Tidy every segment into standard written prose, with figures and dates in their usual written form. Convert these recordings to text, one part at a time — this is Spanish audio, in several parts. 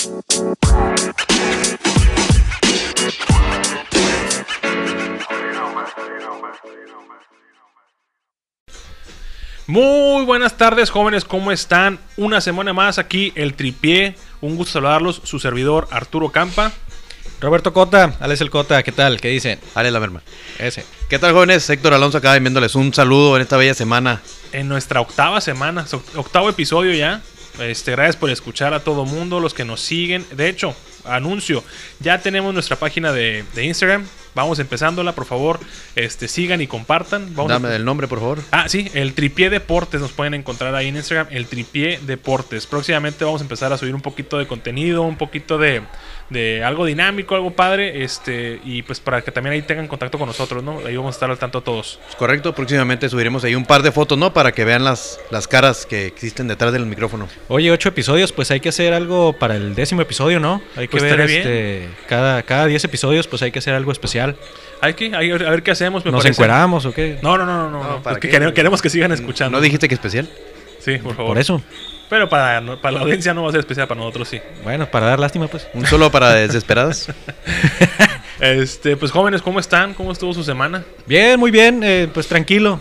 Muy buenas tardes, jóvenes, ¿cómo están? Una semana más aquí, el Tripié. Un gusto saludarlos, su servidor Arturo Campa. Roberto Cota, Alex el Cota, ¿qué tal? ¿Qué dicen? Ale la merma. Ese. ¿Qué tal, jóvenes? Héctor Alonso acá enviándoles un saludo en esta bella semana. En nuestra octava semana, octavo episodio ya. Gracias por escuchar a todo mundo, los que nos siguen. De hecho, anuncio, ya tenemos nuestra página de Instagram. Vamos empezándola, por favor, sigan y compartan. Dame el nombre, por favor. Sí, el Tripié Deportes, nos pueden encontrar ahí en Instagram, el Tripié Deportes. Próximamente vamos a empezar a subir un poquito de contenido, un poquito de algo dinámico, algo padre, y pues para que también ahí tengan contacto con nosotros, ¿no? Ahí vamos a estar al tanto todos. Correcto, próximamente subiremos ahí un par de fotos, ¿no? Para que vean las caras que existen detrás del micrófono. Oye, 8 episodios, pues hay que hacer algo para el 10º episodio, ¿no? Hay que pues ver cada 10 episodios, pues hay que hacer algo especial. Hay que a ver qué hacemos, me ¿Nos parece. encueramos o qué? No, porque queremos que sigan escuchando. ¿No dijiste que especial? Sí, por favor. Por eso. Pero para la audiencia no va a ser especial, para nosotros sí. Bueno, para dar lástima, pues. Un solo para desesperadas. Pues jóvenes, ¿cómo están? ¿Cómo estuvo su semana? Bien, muy bien, pues tranquilo.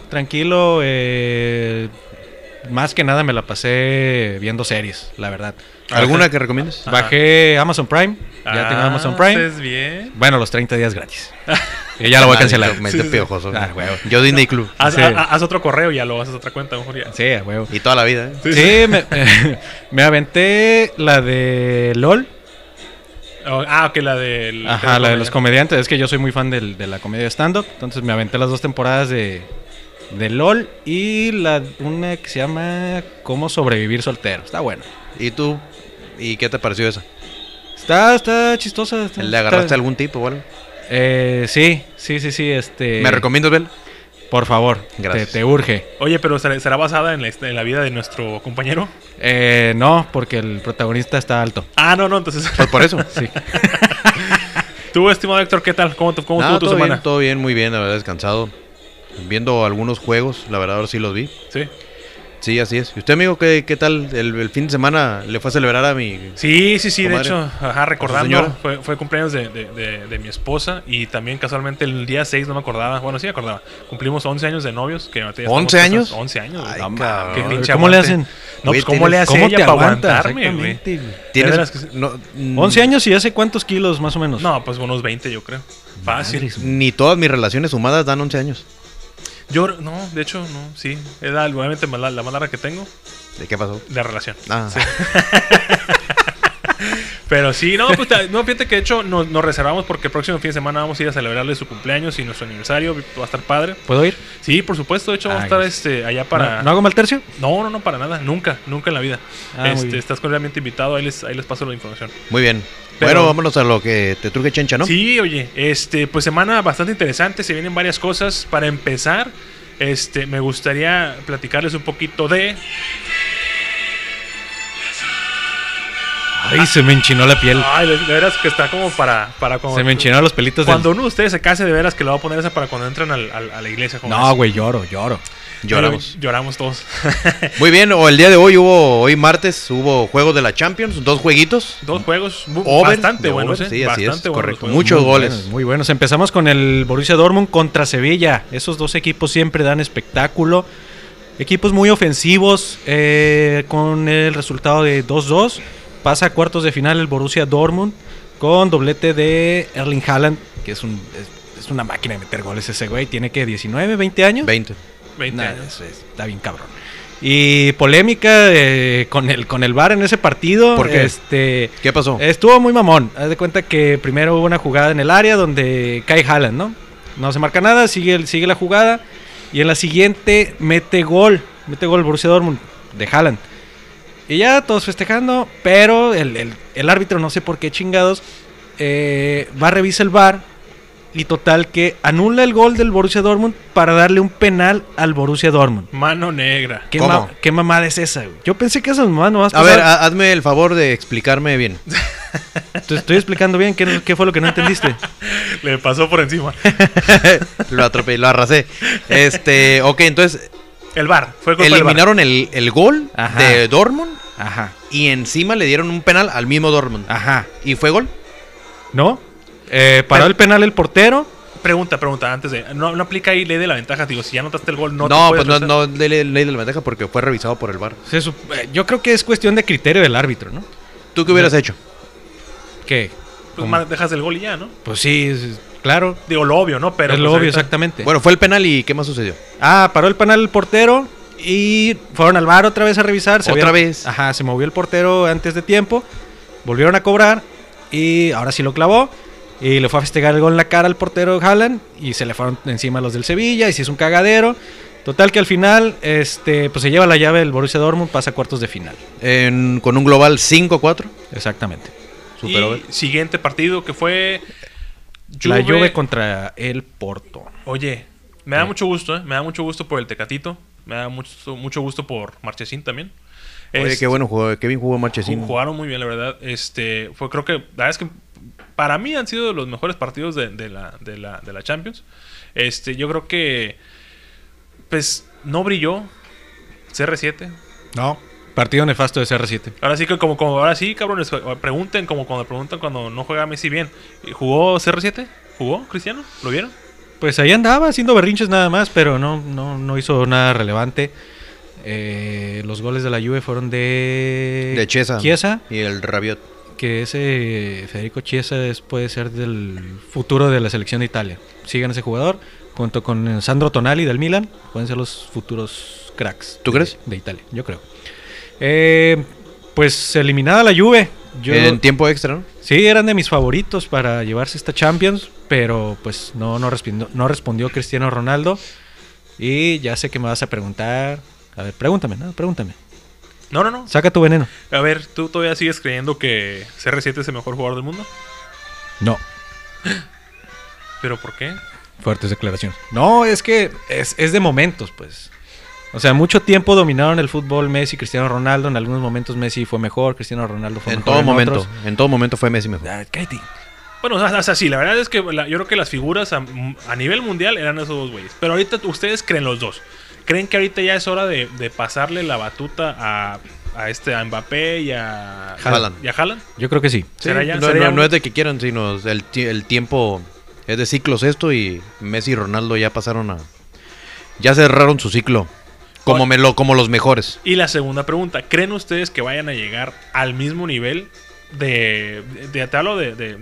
Más que nada me la pasé viendo series, la verdad. ¿Alguna que recomiendes? Bajé Amazon Prime, ya tengo Amazon Prime. Bien. Bueno, los 30 días gratis. Y ya lo voy a cancelar. Me piojoso. Huevo. Yo Disney Club. Haz otro correo y ya lo haces otra cuenta, mejor ya. Sí, a huevo. Y toda la vida, ¿eh? Sí, me aventé la de LOL. Ok, la de... Ajá, la de los comediantes. Es que yo soy muy fan de la comedia stand-up. Entonces me aventé las 2 temporadas de LOL y una que se llama Cómo sobrevivir soltero. Está bueno. ¿Y tú? ¿Y qué te pareció esa? Está chistosa. ¿Le agarraste algún tipo o algo? Sí. ¿Me recomiendas, Bel? Por favor, gracias. Te urge. Oye, pero ¿será basada en la vida de nuestro compañero? No, porque el protagonista está alto. No, entonces... Por eso. Sí. Tú, estimado Héctor, ¿qué tal? ¿Cómo estuvo tu semana? Todo bien, muy bien, la verdad, descansado. Viendo algunos juegos, la verdad, ahora sí los vi. Sí. Sí, así es. ¿Y usted, amigo, qué tal el fin de semana le fue a celebrar a mi Sí, de comadre? hecho, recordando, fue cumpleaños de mi esposa y también casualmente el día 6, no me acordaba, bueno, sí me acordaba, cumplimos 11 años de novios. ¿11 años? 11 años. Ay, Qué pinche ¿Cómo le aguante. hacen? No, pues Güey, ¿cómo le hace ¿Cómo ella te para aguanta? aguantarme, güey? Exactamente. No, 11 años y hace cuántos kilos, más o menos. No, pues unos 20 yo creo. Fácil. ni todas mis relaciones sumadas dan 11 años. No, de hecho, no, sí. Era obviamente la más larga que tengo. ¿De qué pasó? De relación. Sí. Pero sí, fíjate que de hecho nos reservamos porque el próximo fin de semana vamos a ir a celebrarle su cumpleaños y nuestro aniversario. Va a estar padre. ¿Puedo ir? Sí, por supuesto. De hecho, vamos a estar allá para... ¿No hago mal tercio? No, para nada. Nunca en la vida. Estás cordialmente invitado. Ahí les paso la información. Muy bien. Pero, bueno, vámonos a lo que te truje Chencha, ¿no? Sí, oye, pues semana bastante interesante. Se vienen varias cosas. Para empezar, me gustaría platicarles un poquito de... Ay, se me enchinó la piel. Ay, de veras que está como para cuando... Se me enchinaron los pelitos. Cuando uno de ustedes se case, de veras que le va a poner esa para cuando entran a la iglesia. No, güey, lloro. Lloramos todos. Muy bien, el día de hoy martes, hubo juegos de la Champions, 2 jueguitos. 2 juegos Over, bastante buenos, over, sí, así bastante es, correcto. Buenos. Muchos goles. Muy buenos. Empezamos con el Borussia Dortmund contra Sevilla. Esos 2 equipos siempre dan espectáculo. Equipos muy ofensivos, con el resultado de 2-2. Pasa a cuartos de final el Borussia Dortmund con doblete de Erling Haaland, que es una máquina de meter goles ese güey. Tiene que 19, 20 años. 20 años. Está bien cabrón. Y polémica con el VAR en ese partido. ¿Por qué? ¿Qué pasó? Estuvo muy mamón. Haz de cuenta que primero hubo una jugada en el área donde cae Haaland, ¿no? No se marca nada, sigue la jugada. Y en la siguiente mete gol el Borussia Dortmund de Haaland. Y ya todos festejando, pero el árbitro, no sé por qué chingados, va a revisar el VAR y total que anula el gol del Borussia Dortmund para darle un penal al Borussia Dortmund. Mano negra. ¿Qué mamada es esa, güey? Yo pensé que esa mamada no vas a pasar. A ver, hazme el favor de explicarme bien. Te estoy explicando bien qué fue lo que no entendiste. Le pasó por encima. Lo atropellé, lo arrasé. Ok, entonces... El VAR, fue culpa eliminaron el gol de Dortmund Ajá. Y encima le dieron un penal al mismo Dortmund. Ajá. ¿Y fue gol? ¿No? Paró el penal el portero. Pregunta, antes de... No aplica ahí ley de la ventaja. Digo, si ya notaste el gol, no te No, puedes pues no regresar. ley de la ventaja porque fue revisado por el VAR. Yo creo que es cuestión de criterio del árbitro, ¿no? ¿Tú qué hubieras hecho? ¿Qué? Pues más dejas el gol y ya, ¿no? Pues sí, claro. Digo, lo obvio, ¿no? Pero es pues lo obvio, ahorita- exactamente. Bueno, fue el penal y ¿qué más sucedió? Paró el penal el portero y fueron al VAR otra vez a revisar. ¿Otra vez? Ajá, se movió el portero antes de tiempo. Volvieron a cobrar y ahora sí lo clavó. Y le fue a festejar el gol en la cara al portero Haaland y se le fueron encima los del Sevilla y se hizo un cagadero. Total que al final pues se lleva la llave el Borussia Dortmund, pasa a cuartos de final. Con un global 5-4. Exactamente. Super over. Y siguiente partido que fue... La Juve contra el Porto. Oye, me da mucho gusto, ¿eh? Me da mucho gusto por el Tecatito. Me da mucho gusto por Marchesín también. Oye, qué bueno jugó, qué bien jugó Marchesín. Jugaron muy bien, la verdad. Creo que la verdad es que para mí han sido los mejores partidos de la Champions. Yo creo que pues no brilló CR7. No, partido nefasto de CR7. Ahora sí que como ahora sí, cabrones, pregunten como cuando preguntan cuando no juega Messi bien. ¿Jugó CR7? ¿Jugó Cristiano? ¿Lo vieron? Pues ahí andaba haciendo berrinches nada más, pero no hizo nada relevante. Los goles de la Juve fueron de Chiesa y el Rabiot. Que ese Federico Chiesa puede ser del futuro de la selección de Italia. Sigan ese jugador junto con Sandro Tonali del Milan, pueden ser los futuros cracks. ¿Tú crees? De Italia, yo creo. Pues eliminada la Juve. En tiempo extra, ¿no? Sí, eran de mis favoritos para llevarse esta Champions, pero pues no respondió Cristiano Ronaldo. Y ya sé que me vas a preguntar. A ver, pregúntame. No. Saca tu veneno. A ver, ¿tú todavía sigues creyendo que CR7 es el mejor jugador del mundo? No. ¿Pero por qué? Fuertes declaraciones. No, es que es de momentos, pues. O sea, mucho tiempo dominaron el fútbol Messi, Cristiano Ronaldo. En algunos momentos Messi fue mejor, Cristiano Ronaldo fue mejor. En todo momento fue Messi mejor. Cállate. Bueno, o sea, sí, la verdad es que yo creo que las figuras a nivel mundial eran esos dos güeyes. Pero ahorita ustedes creen los dos. ¿Creen que ahorita ya es hora de pasarle la batuta a Mbappé y a Haaland? Yo creo que sí. Sí, no es de que quieran, sino el tiempo es de ciclos esto y Messi y Ronaldo ya ya cerraron su ciclo como los mejores. Y la segunda pregunta, ¿creen ustedes que vayan a llegar al mismo nivel te hablo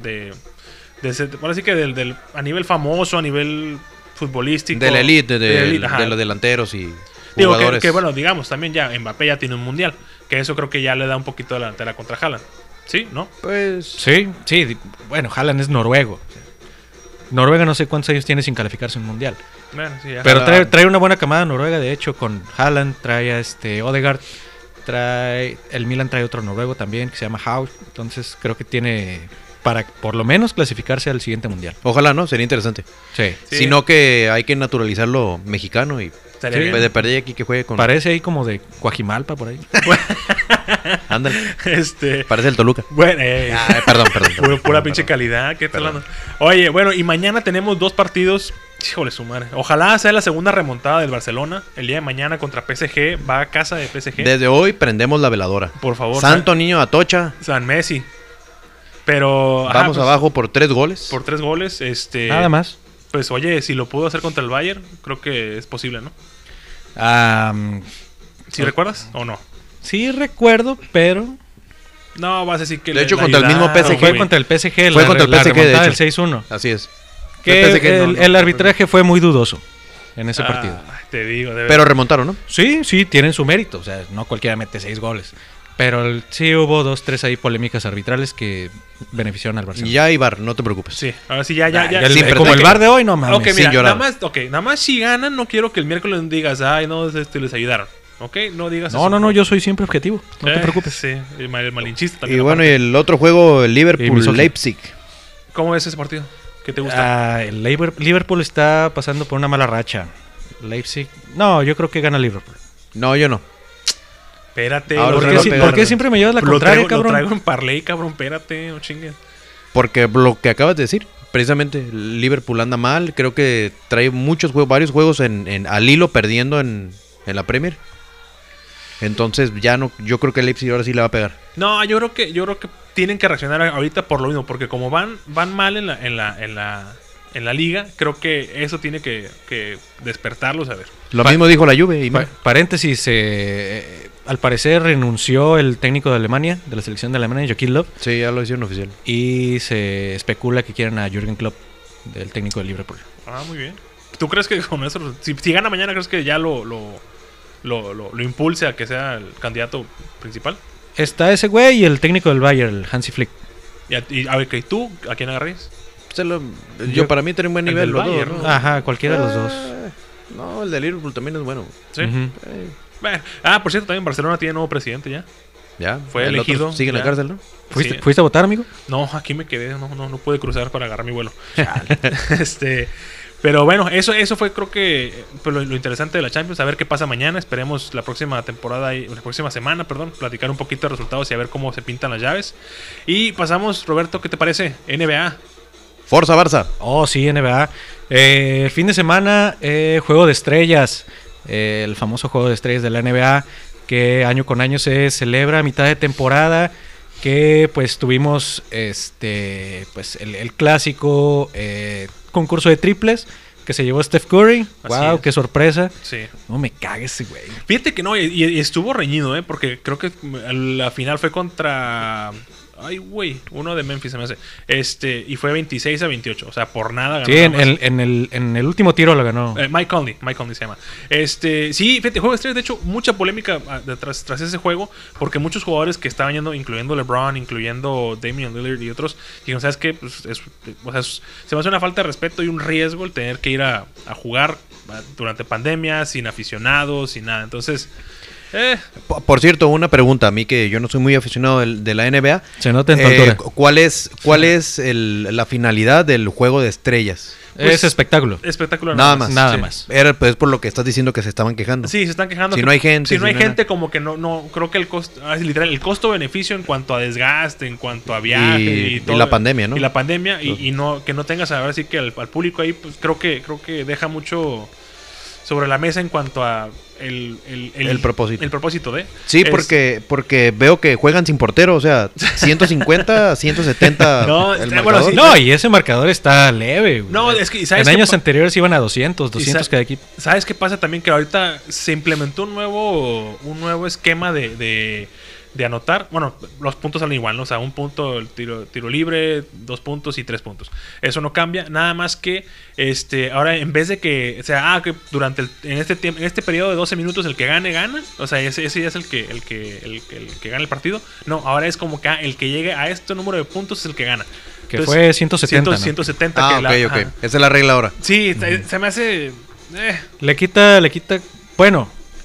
ahora sí que a nivel famoso, a nivel futbolístico, de la elite, de ajá. los delanteros y Digo jugadores. que bueno, digamos, también ya Mbappé ya tiene un mundial, que eso creo que ya le da un poquito de la delantera contra Haaland. ¿Sí? ¿No? Pues Sí. Bueno, Haaland es noruego. Noruega no sé cuántos años tiene sin calificarse en un mundial. Bueno, sí, ya. Pero trae una buena camada Noruega, de hecho, con Haaland, trae a Odegaard, el Milan trae otro noruego también que se llama Haug. Entonces creo que tiene para por lo menos clasificarse al siguiente mundial. Ojalá, ¿no? Sería interesante. Sí. Sí. Sino que hay que naturalizarlo mexicano y Estaría Sí. bien. de perder aquí que juegue con... Parece ahí como de Coajimalpa por ahí. Ándale. Este, Parece el Toluca. bueno, Perdón. pura pinche calidad, ¿qué tal anda? Oye, bueno, y mañana tenemos dos partidos. Híjole, su madre. Ojalá sea la segunda remontada del Barcelona. El día de mañana contra PSG. Va a casa de PSG. Desde hoy prendemos la veladora. Por favor. Santo Niño Atocha. San Messi. Pero. ajá, Vamos pues, abajo por 3 goles. Por 3 goles. Nada más. Pues oye, si lo pudo hacer contra el Bayern, creo que es posible, ¿no? ¿Sí recuerdas o no? Sí recuerdo, pero No, vas a decir que De hecho, contra el mismo ayudaron, PSG. fue güey. contra el PSG. Fue contra el PSG, de remontada hecho. del 6-1. Así es. Que El PSG no. el arbitraje fue muy dudoso en ese partido. Te digo, de Pero remontaron, ¿no? Sí, tienen su mérito. O sea, no cualquiera mete 6 goles. Pero sí hubo 2-3 ahí polémicas arbitrales que beneficiaron al Y Barcelona. ya hay VAR, no te preocupes. Sí, ahora sí, ya. siempre como hay el que- bar de hoy, no mames. Ok, mira, llorar. nada más si ganan, no quiero que el miércoles digas, ay, no, les ayudaron. Ok, no digas eso. No, yo soy siempre objetivo. No te preocupes. Sí, el malinchista Y también. bueno, y aparte. el otro juego, el Y Liverpool misógino. Leipzig. ¿Cómo es ese partido? ¿Qué te gusta? El Liverpool está pasando por una mala racha. Leipzig. No, yo creo que gana Liverpool. No, yo no. Espérate. Ahora ¿Por se qué, va a pegar, por qué ¿no? siempre me llevas la lo contraria, traigo, cabrón? Lo traigo en parlay, cabrón. Espérate, no chingues. Porque lo que acabas de decir, precisamente, Liverpool anda mal. Creo que trae varios juegos al hilo perdiendo en la Premier. Entonces ya no, yo creo que el Leipzig ahora sí le va a pegar. No, yo creo que tienen que reaccionar ahorita por lo mismo, porque como van mal en la liga, creo que eso tiene que despertarlos a ver. Lo mismo dijo la Juve. Y Paréntesis, al parecer renunció el técnico de Alemania, de la selección de Alemania, Joachim Löw. Sí, ya lo hicieron oficial. Y se especula que quieren a Jürgen Klopp, del técnico de Liverpool. Ah, muy bien. ¿Tú crees que con eso, si gana mañana, crees que ya lo impulse a que sea el candidato principal? Está ese güey y el técnico del Bayern, el Hansi Flick. Y a ver, ¿y tú? ¿A quién agarrarías? Yo para mí tiene un buen el nivel del los Bayern, dos, ¿no? ¿no? Ajá, cualquiera de los dos. No, el de Liverpool también es bueno. Sí. Ujú. Bueno, por cierto, también Barcelona tiene nuevo presidente ya. Ya. Fue el elegido, otro sigue en la ya. cárcel, ¿no? ¿Fuiste, Sí. ¿Fuiste a votar, amigo? No, aquí me quedé, no pude cruzar para agarrar mi vuelo. Pero bueno, eso fue creo que pues, lo interesante de la Champions, a ver qué pasa mañana. Esperemos la próxima semana, platicar un poquito de resultados y a ver cómo se pintan las llaves. Y pasamos, Roberto, ¿qué te parece? NBA. Forza Barça. Oh, sí, NBA. Fin de semana, Juego de Estrellas. El famoso Juego de Estrellas de la NBA, que año con año se celebra a mitad de temporada. Que pues tuvimos pues el clásico concurso de triples que se llevó Steph Curry. Así Wow, es. qué sorpresa. Sí. No me cagues ese güey. Fíjate que no, y estuvo reñido, porque creo que la final fue contra... Ay, güey, uno de Memphis se me hace. Y fue 26-28, o sea, por nada ganó. Sí, nada más. en el último tiro lo ganó. Mike Conley se llama. Sí, fíjate, Juego de Estrellas, de hecho, mucha polémica tras ese juego, porque muchos jugadores que estaban yendo, incluyendo LeBron, incluyendo Damian Lillard y otros, dijeron, ¿sabes qué? Pues se me hace una falta de respeto y un riesgo el tener que ir a jugar durante pandemia, sin aficionados, sin nada. Entonces... Por cierto, una pregunta a mí que yo no soy muy aficionado de la NBA. Se nota en tu altura. ¿Cuál es la finalidad del Juego de Estrellas? Es espectáculo. Espectacular. Nada más. Nada Sí. más. Era pues por lo que estás diciendo que se estaban quejando. Sí, se están quejando. Si no hay gente, Si no hay si no hay gente, como que no creo que el costo, literal, el costo-beneficio en cuanto a desgaste, en cuanto a viaje y todo. Y la pandemia, ¿no? Y la pandemia, y no, que no tengas ahora sí que al público ahí, pues creo que deja mucho sobre la mesa en cuanto a el propósito. El propósito de. Sí, porque veo que juegan sin portero, o sea, 150, 170 No, el bueno, marcador. sí. No, y ese marcador está leve, güey. No, es que, en ¿sabes qué años anteriores iban a 200 cada equipo. ¿Sabes qué pasa también? Que ahorita se implementó un nuevo esquema de anotar. Bueno, los puntos salen igual, ¿no? O sea, 1 punto el tiro libre, 2 puntos y 3 puntos. Eso no cambia, nada más que ahora en vez de que, o sea, que durante en este periodo de 12 minutos el que gana, o sea, ese ya es el que gana el partido. No, ahora es como que el que llegue a este número de puntos es el que gana. Que Entonces, fue 170, ¿no? 170 Ah, que ok. Esa es la regla ahora. Sí, se me hace Le quita, bueno,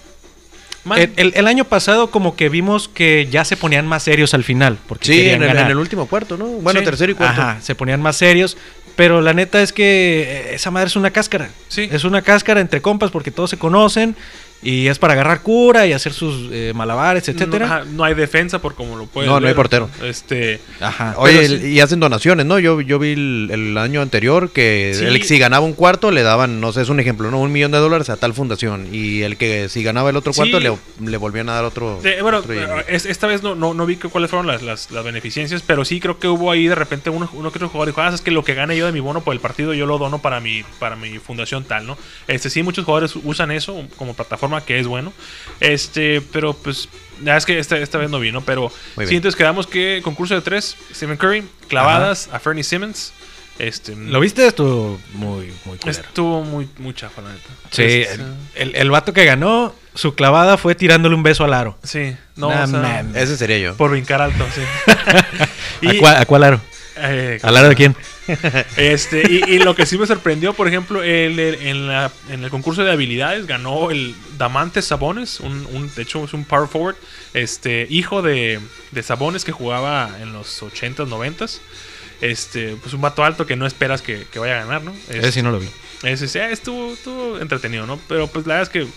más- el año pasado como que vimos que ya se ponían más serios al final, porque Sí, querían en ganar. el último cuarto, ¿no? Bueno, Sí. tercero y cuarto. Ajá, se ponían más serios, pero la neta es que esa madre es una cáscara. Sí. Es una cáscara entre compas porque todos se conocen y es para agarrar cura y hacer sus malabares, etcétera. No hay defensa por como lo puedes No, no ver. hay portero. Ajá. Oye, Pero sí. y hacen donaciones, ¿no? Yo vi el año anterior que Sí. si ganaba un cuarto le daban, no sé, es un ejemplo, ¿no? $1 millón a tal fundación. Y el que si ganaba el otro cuarto Sí. le volvían a dar otro. Bueno, otro dinero. esta vez no vi cuáles fueron las beneficencias, pero sí creo que hubo ahí de repente uno que otro jugador dijo, es que lo que gane yo de mi bono por el partido yo lo dono para mi fundación tal, ¿no? Sí, muchos jugadores usan eso como plataforma, que es bueno. Pero pues ya es que esta vez no vino, pero Muy sí, bien. entonces quedamos que concurso de 3, Stephen Curry, clavadas a Fernie Simmons. ¿Lo viste? Estuvo muy culero. Estuvo muy chafa, la neta. Sí, el vato que ganó, su clavada fue tirándole un beso al aro. Sí, no, Nah, o sea, man. Ese sería yo. por brincar alto, sí. ¿A cuál aro? ¿Al aro de quién? Y lo que sí me sorprendió, por ejemplo, en el concurso de habilidades ganó el Damantes Sabonis, de hecho es un power forward, hijo de Sabonis que jugaba en los 80s, 90s. Pues un vato alto que no esperas que vaya a ganar, ¿no? Ese sí no lo vi. Estuvo entretenido, ¿no? Pero pues la verdad es que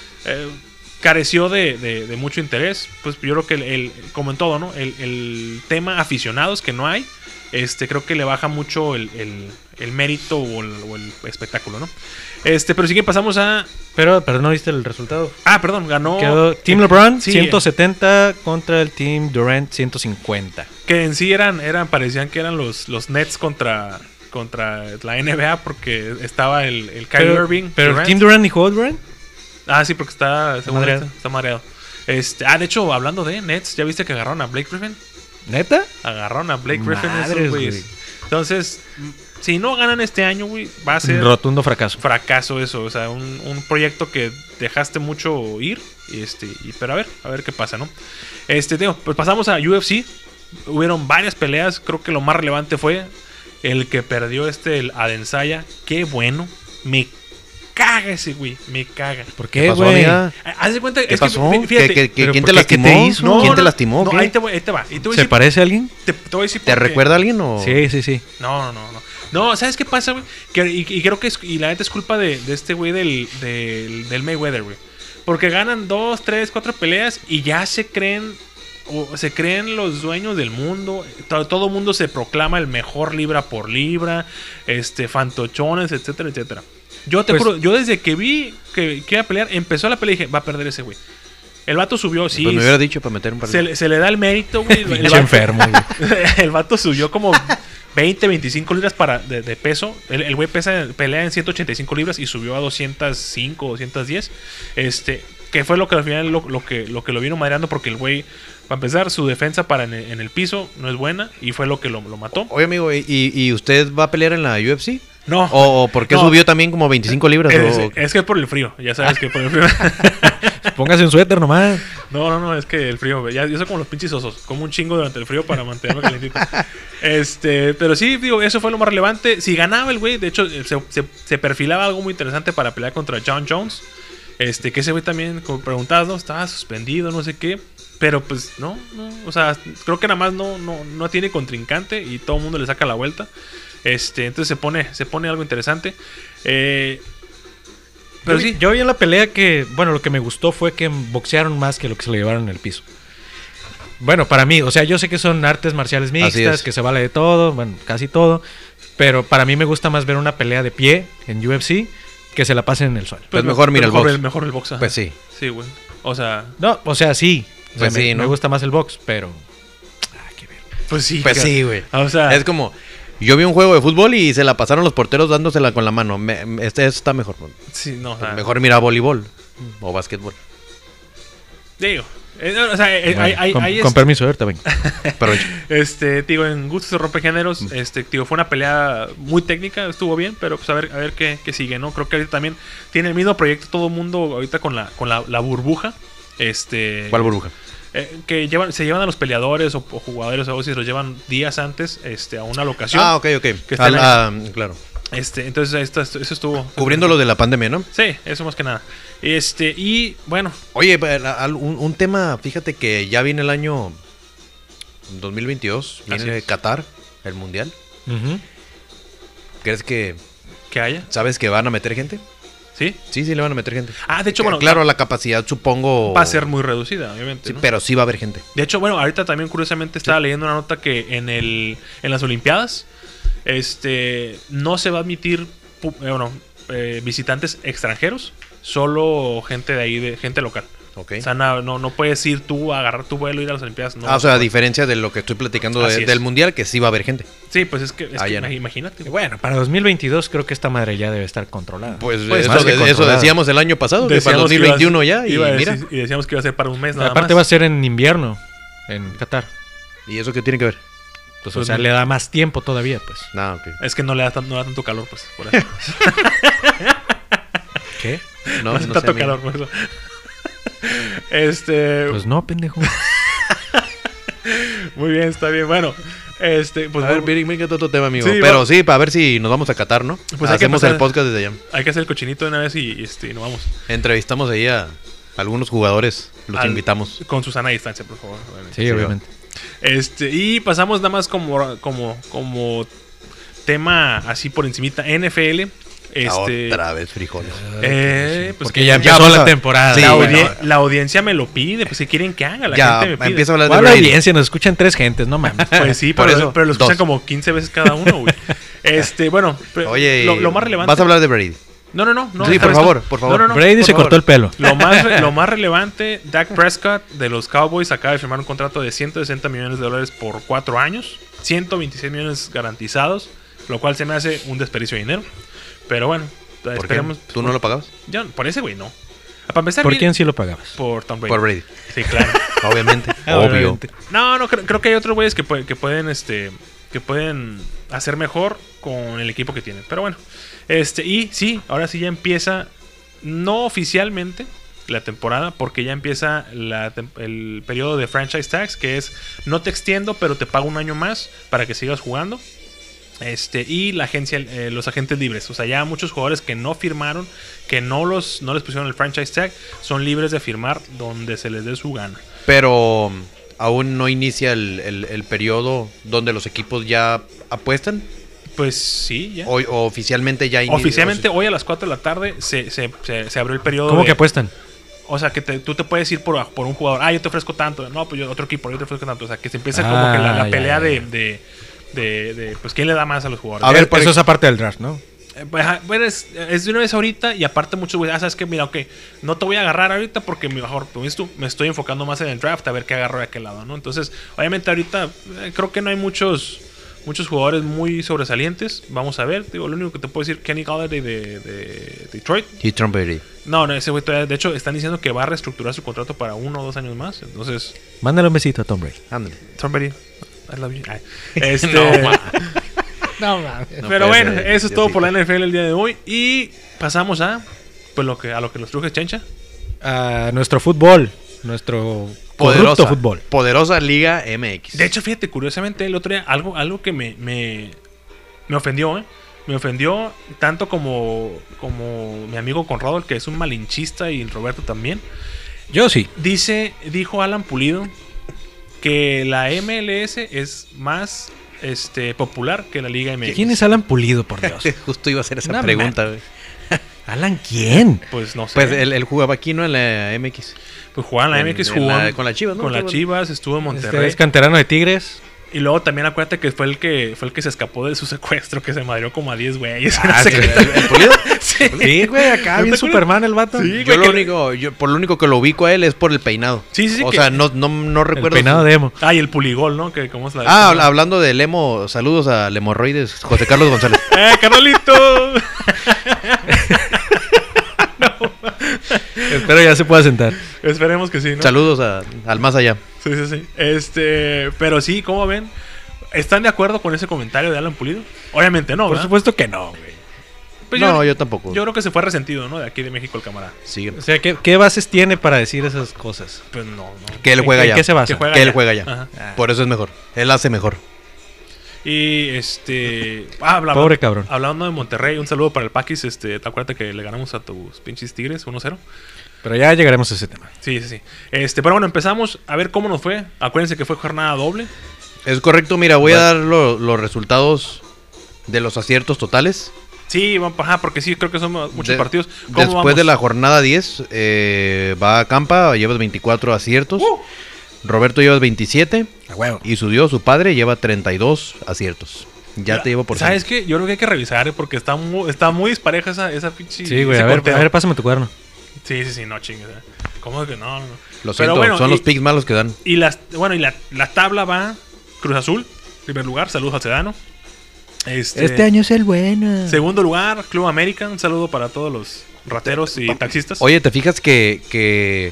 careció de mucho interés. Pues yo creo que como en todo, ¿no? El tema aficionados que no hay. Creo que le baja mucho el el mérito o el espectáculo, ¿no? Pero sí que pasamos a... Pero no viste el resultado. Ah, perdón, ganó... Quedó Team LeBron sí, 170 contra el Team Durant 150. Que en sí parecían que eran los Nets contra la NBA porque estaba el Kyrie Irving. Pero Durant. el Team Durant ni jugó Durant. Ah, sí, porque está mareado. mareado. De hecho, hablando de Nets, ¿ya viste que agarraron a Blake Griffin? ¿Neta? Agarraron a Blake Griffin esos Madres, güeyes. güey. Entonces, si no ganan este año, güey, va a ser Rotundo fracaso. fracaso eso. O sea, un proyecto que dejaste mucho ir. Pero a ver qué pasa, ¿no? Pues pasamos a UFC. Hubieron varias peleas. Creo que lo más relevante fue el que perdió el Adesanya. Qué bueno. Me caga ese güey. Me caga. ¿Por qué, güey? Haz de cuenta. ¿Qué pasó? Fíjate. ¿Quién ¿por te qué? lastimó? ¿Qué te hizo? ¿Quién te lastimó? No, ¿Qué? ahí te va. Y te voy a ¿Se decir, parece a alguien? te voy a decir ¿Te por qué. recuerda a alguien o...? Sí. No. No, ¿sabes qué pasa, güey? Y creo que la neta es culpa de este güey del Mayweather, güey. Porque ganan 2, 3, 4 peleas y ya se creen los dueños del mundo. Todo mundo se proclama el mejor libra por libra. Fantochones, etcétera, etcétera. Yo te juro, yo desde que vi que iba a pelear, empezó la pelea y dije, va a perder ese güey. El vato subió, sí. Pues me hubiera dicho para meter un par de... Se le da el mérito, güey. Pinche enfermo, güey. El vato subió como 20, 25 libras de peso. El güey pelea en 185 libras y subió a 205, 210. Que fue lo que al final lo que lo vino madreando porque el güey, para empezar, su defensa en el piso no es buena y fue lo que lo mató. Oye, amigo, ¿y usted va a pelear en la UFC? No. ¿O por qué no. subió también como 25 libras? Es que por el frío, ya sabes que por el frío. Póngase un suéter nomás. No, es que el frío, yo soy como los pinches osos, como un chingo durante el frío para mantenerme calentito. Pero sí, digo, eso fue lo más relevante. Si ganaba el güey, de hecho, se perfilaba algo muy interesante para pelear contra John Jones. Que ese güey también, como preguntabas, ¿no? Estaba suspendido, no sé qué. Pero pues, no. O sea, creo que nada más no tiene contrincante y todo el mundo le saca la vuelta. Entonces se pone algo interesante. Pero sí. Yo vi en la pelea que, bueno, lo que me gustó fue que boxearon más que lo que se lo llevaron en el piso. Bueno, para mí, o sea, yo sé que son artes marciales mixtas, que se vale de todo, bueno, casi todo. Pero para mí me gusta más ver una pelea de pie en UFC que se la pasen en el suelo. Pues mejor mira el box. Mejor el box. Ajá. Pues sí. Sí, güey. O sea... No, o sea, sí. O sea, Pues sí, ¿no? me gusta más el box, pero... qué ver. Pues sí. Pues sí, güey. O sea... Es como... Yo vi un juego de fútbol y se la pasaron los porteros dándosela con la mano. Eso está mejor. Sí, no, o sea, Mejor mira voleibol o básquetbol. Digo... o sea, Bueno, con permiso, ahorita venga. Pero digo, en gustos se rompe géneros. Digo, fue una pelea muy técnica, estuvo bien, pero pues a ver qué sigue, ¿no? Creo que ahorita también tiene el mismo proyecto todo el mundo ahorita con la burbuja. ¿cuál burbuja? Que se llevan a los peleadores o jugadores o algo así, se los llevan días antes a una locación. Ah, ok. Que está Claro. Entonces eso estuvo Cubriendo lo de la pandemia, ¿no? Sí, eso más que nada. Y bueno. Oye, un tema, fíjate que ya viene el año 2022, viene Qatar, el mundial. Uh-huh. ¿Crees que haya? sabes que van a meter gente? ¿Sí? Sí, le van a meter gente. Ah, de hecho, bueno. Claro, la capacidad supongo... Va a ser muy reducida, obviamente. Sí, ¿no? pero sí va a haber gente. De hecho, bueno, ahorita también curiosamente estaba leyendo una nota que en las Olimpiadas no se va a admitir visitantes extranjeros, solo gente de ahí, gente local. Okay. O sea, no puedes ir tú a agarrar tu vuelo y ir a las Olimpiadas. No, o sea, a diferencia de lo que estoy platicando del mundial, que sí va a haber gente. Sí, pues es que no. imagínate. Bueno, para 2022 creo que esta madre ya debe estar controlada. Pues más eso decíamos el año pasado, que para 2021 ya, y mira. Y decíamos que iba a ser para un mes nada Aparte más. va a ser en invierno, en Qatar. ¿Y eso qué tiene que ver? Pues, o sea, le da más tiempo todavía, pues. No, ok. Es que no da tanto calor, pues, por eso. ¿Qué? No hace tanto calor, por eso. Pues no, pendejo. Muy bien, está bien. Bueno, pues a ver, venga otro tema, amigo. Sí, pero sí, para ver si nos vamos a Qatar, ¿no? Pues hacemos el podcast desde allá. Hay que hacer el cochinito de una vez y nos vamos. Entrevistamos ahí a algunos jugadores, los invitamos. Con Susana a distancia, por favor. Sí, obviamente. Y pasamos nada más como tema así por encimita, NFL. Otra vez frijoles. Pues porque ya empezó la temporada. Sí, la audiencia me lo pide, pues si quieren que haga, la gente me pide. Empieza a hablar de la audiencia, nos escuchan 3 gentes, no mames. Pues sí, pero lo escuchan como 15 veces cada uno, güey. Bueno, Oye, lo más relevante. ¿vas a hablar de Brady? No. Sí, por favor, por favor. No, Brady por se favor. cortó el pelo. Lo más relevante, Dak Prescott de los Cowboys acaba de firmar un contrato de $160 millones por 4 años, 126 millones garantizados, lo cual se me hace un desperdicio de dinero. Pero bueno, ¿Por qué? esperemos. ¿Tú no lo pagabas? Yo, por ese güey no. Para empezar, ¿Por bien, quién sí lo pagabas? por Tom Brady. Por Brady. Sí, claro. Obviamente. Obvio. Obviamente. No, creo que hay otros güeyes que pueden hacer mejor con el equipo que tienen. Pero bueno, y sí, ahora sí ya empieza, no oficialmente la temporada, porque ya empieza el periodo de franchise tags, que es no te extiendo, pero te pago un año más para que sigas jugando. Y la agencia, los agentes libres, o sea, ya muchos jugadores que no firmaron, que no les pusieron el franchise tag, son libres de firmar donde se les dé su gana. Pero aún no inicia el periodo donde los equipos ya apuestan. Pues sí, ya. O oficialmente ya inicia. Oficialmente hoy a las 4 de la tarde se abrió el periodo. ¿Cómo que apuestan? O sea, que tú te puedes ir por un jugador. Yo te ofrezco tanto. No, pues yo otro equipo, yo te ofrezco tanto. O sea, que se empieza como que la pelea de pues quién le da más a los jugadores. A ver, eso es aparte del draft, ¿no? Bueno, es de una vez ahorita, y aparte muchos güeyes, sabes que mira, ok, no te voy a agarrar ahorita porque mejor, como dices tú, me estoy enfocando más en el draft a ver qué agarro de aquel lado, ¿no? Entonces, obviamente ahorita creo que no hay muchos jugadores muy sobresalientes. Vamos a ver, digo, lo único que te puedo decir, Kenny Galladay de Detroit. Y Tom Brady. No, ese güey todavía, de hecho, están diciendo que va a reestructurar su contrato para 1 o 2 años más. Entonces, Mándale un besito a Tom Brady. Ándale. Tom Brady, I love you. Ay. No mames. Pero puede bueno, ser, eso es todo Diosito. por la NFL el día de hoy. Y pasamos a lo que nos truje Chencha. A nuestro fútbol. Nuestro corrupto fútbol. Poderosa Liga MX. De hecho, fíjate, curiosamente, el otro día algo que me ofendió, ¿eh? Me ofendió tanto como mi amigo Conrado, el que es un malinchista, y Roberto también. Yo sí. Dijo Alan Pulido que la MLS es más popular que la Liga MX. ¿Quién es Alan Pulido, por Dios? Justo iba a hacer esa No, pregunta, güey. ¿Alan quién? Pues no sé. Pues él jugaba aquí, ¿no? En la MX. Pues jugaba en la MX, jugó con las Chivas, ¿no? con las Bueno. Chivas, estuvo en Monterrey. Es canterano de Tigres. Y luego también acuérdate que fue el que se escapó de su secuestro, que se madrió como a 10 güeyes. Ah, No sé sí, qué. ¿el Pulido? Sí. Sí, güey, acá ¿No bien te acuerdas? Superman el vato. Sí, Yo güey, por lo único que lo ubico a él es por el peinado. Sí, O que- sea, no El recuerdo. peinado de emo. Y el puligol, ¿no? Que cómo es la Hablando de Lemo, saludos a Lemorroides, José Carlos González. Carnalito. Espero ya se pueda sentar. Esperemos que sí, ¿no? Saludos al más allá. Sí. Pero sí, ¿cómo ven? ¿Están de acuerdo con ese comentario de Alan Pulido? Obviamente no, Por ¿verdad? supuesto que no, güey. Pues No, yo tampoco. Yo creo que se fue resentido, ¿no? De aquí de México el camarada. Sí. O sea, ¿qué bases tiene para decir esas cosas? Pues no. Que él juega ¿En ya. qué se basa? Que juega Que él ya. juega ya. Ajá. Por eso es mejor. Él hace mejor. Y hablando, Pobre cabrón. Hablando de Monterrey, un saludo para el Paquis. ¿Te acuerdas que le ganamos a tus pinches Tigres 1-0? Pero ya llegaremos a ese tema. Sí. Pero bueno, empezamos a ver cómo nos fue. Acuérdense que fue jornada doble. Es correcto, mira, voy a dar los resultados de los aciertos totales. Sí, porque sí, creo que son muchos partidos. ¿Cómo Después vamos? de la jornada 10, va a Campa, llevas 24 aciertos. Roberto llevas 27. A huevo. Y su padre, lleva 32 aciertos. Ya te llevo por ¿Sabes cien. qué? Yo creo que hay que revisar, porque está muy dispareja esa pinche. Sí, güey. ese A ver, conteo. pásame tu cuaderno. Sí, no chingues. ¿Cómo que no? Lo Pero siento, bueno, son y- los picks malos que dan. Y la tabla va Cruz Azul, primer lugar, saludos al Sedano. Este año es el bueno. Segundo lugar, Club América, un saludo para todos los rateros y taxistas. Oye, ¿te fijas que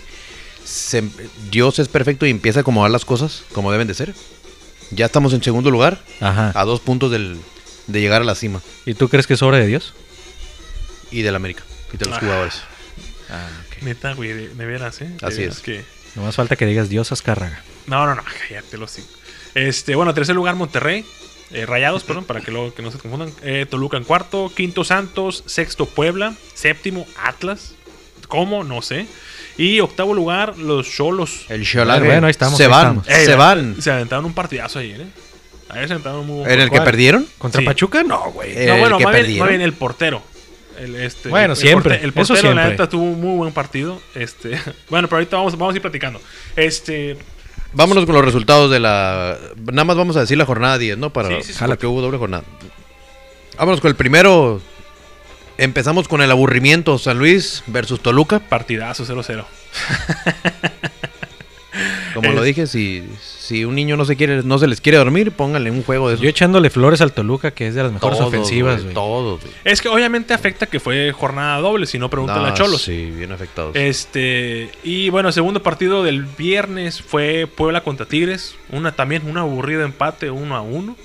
Dios es perfecto y empieza a acomodar las cosas como deben de ser? Ya estamos en segundo lugar, Ajá. a 2 puntos de llegar a la cima. ¿Y tú crees que es obra de Dios? Y del América, y de los Ah. jugadores. Ah, ok. Neta, güey, de veras, ¿eh? De Así veras es. que... No más falta que digas Dios Azcárraga. No, cállate, lo sí. Tercer lugar, Monterrey. Rayados, perdón, para que luego que no se confundan. Toluca en cuarto. Quinto, Santos. Sexto, Puebla. Séptimo, Atlas. ¿Cómo? No sé. Y octavo lugar, los Xolos. El Xolaje. Bueno, ahí estamos, Se ahí van, estamos. se van. Se aventaron un partidazo ayer, ¿eh? Ayer se aventaron un muy buen ¿En el que ¿Cuál? perdieron? ¿Contra Sí. Pachuca? No, güey. No, el bueno, que más bien, perdieron. el portero. Bueno, el siempre. El Eso portero, la siempre. neta, tuvo un muy buen partido. Bueno, pero ahorita vamos a ir platicando. Vámonos con los resultados de la... Nada más vamos a decir la jornada 10, ¿no? Sí, sí, sí. Porque hubo doble jornada. Vámonos con el primero. Empezamos con el aburrimiento. San Luis versus Toluca. Partidazo 0-0. Como lo dije, si un niño no se les quiere dormir, pónganle un juego de eso. Yo echándole flores al Toluca, que es de las mejores ofensivas, güey. Todos, güey. Es que obviamente afecta que fue jornada doble, si no pregúntale a Cholos. Sí, bien afectados. Y bueno, segundo partido del viernes fue Puebla contra Tigres. También un aburrido empate 1-1.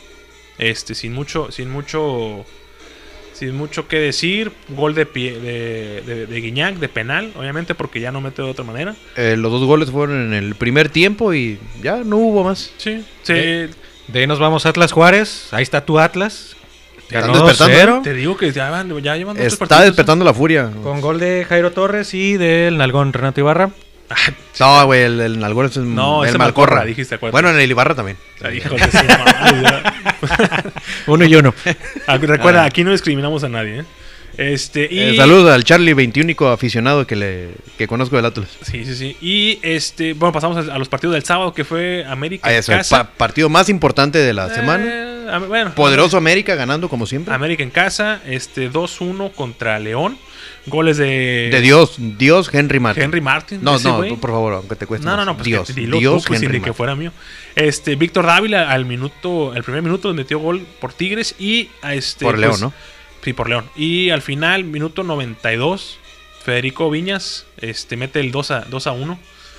Sin mucho que decir. Gol de Guiñac, de penal, obviamente, porque ya no mete de otra manera. Los 2 goles fueron en el primer tiempo y ya no hubo más. Sí. De ahí nos vamos a Atlas Juárez. Ahí está tu Atlas. Están Ganó despertando. 2-0. Te digo que ya llevan 2 partidos. Está despertando la furia. Con gol de Jairo Torres y del nalgón Renato Ibarra. No, güey, el Nalgón es No, el ese Malcorra. Malcorra, dijiste, acuérdate. Bueno, en el Ibarra también. Híjole, sí, mamá, 1 y 1. Recuerda, aquí no discriminamos a nadie, ¿eh? Saludos al Charlie, 21 aficionado que conozco del Atlas. Sí. Y bueno, pasamos a los partidos del sábado, que fue América en Es el casa. partido más importante de la semana. Bueno, Poderoso América ganando como siempre. América en casa, 2-1 contra León. Goles de Dios, Henry Martin. Henry Martin. No, ese güey. por favor, aunque te cueste. No, más. pues Dios, que dilo Dios, tú, pues, Henry sin que Martin. fuera mío. Víctor Dávila al primer minuto metió gol por Tigres y Por León, ¿no? Sí, por León. Y al final, minuto 92, Federico Viñas mete el 2-1.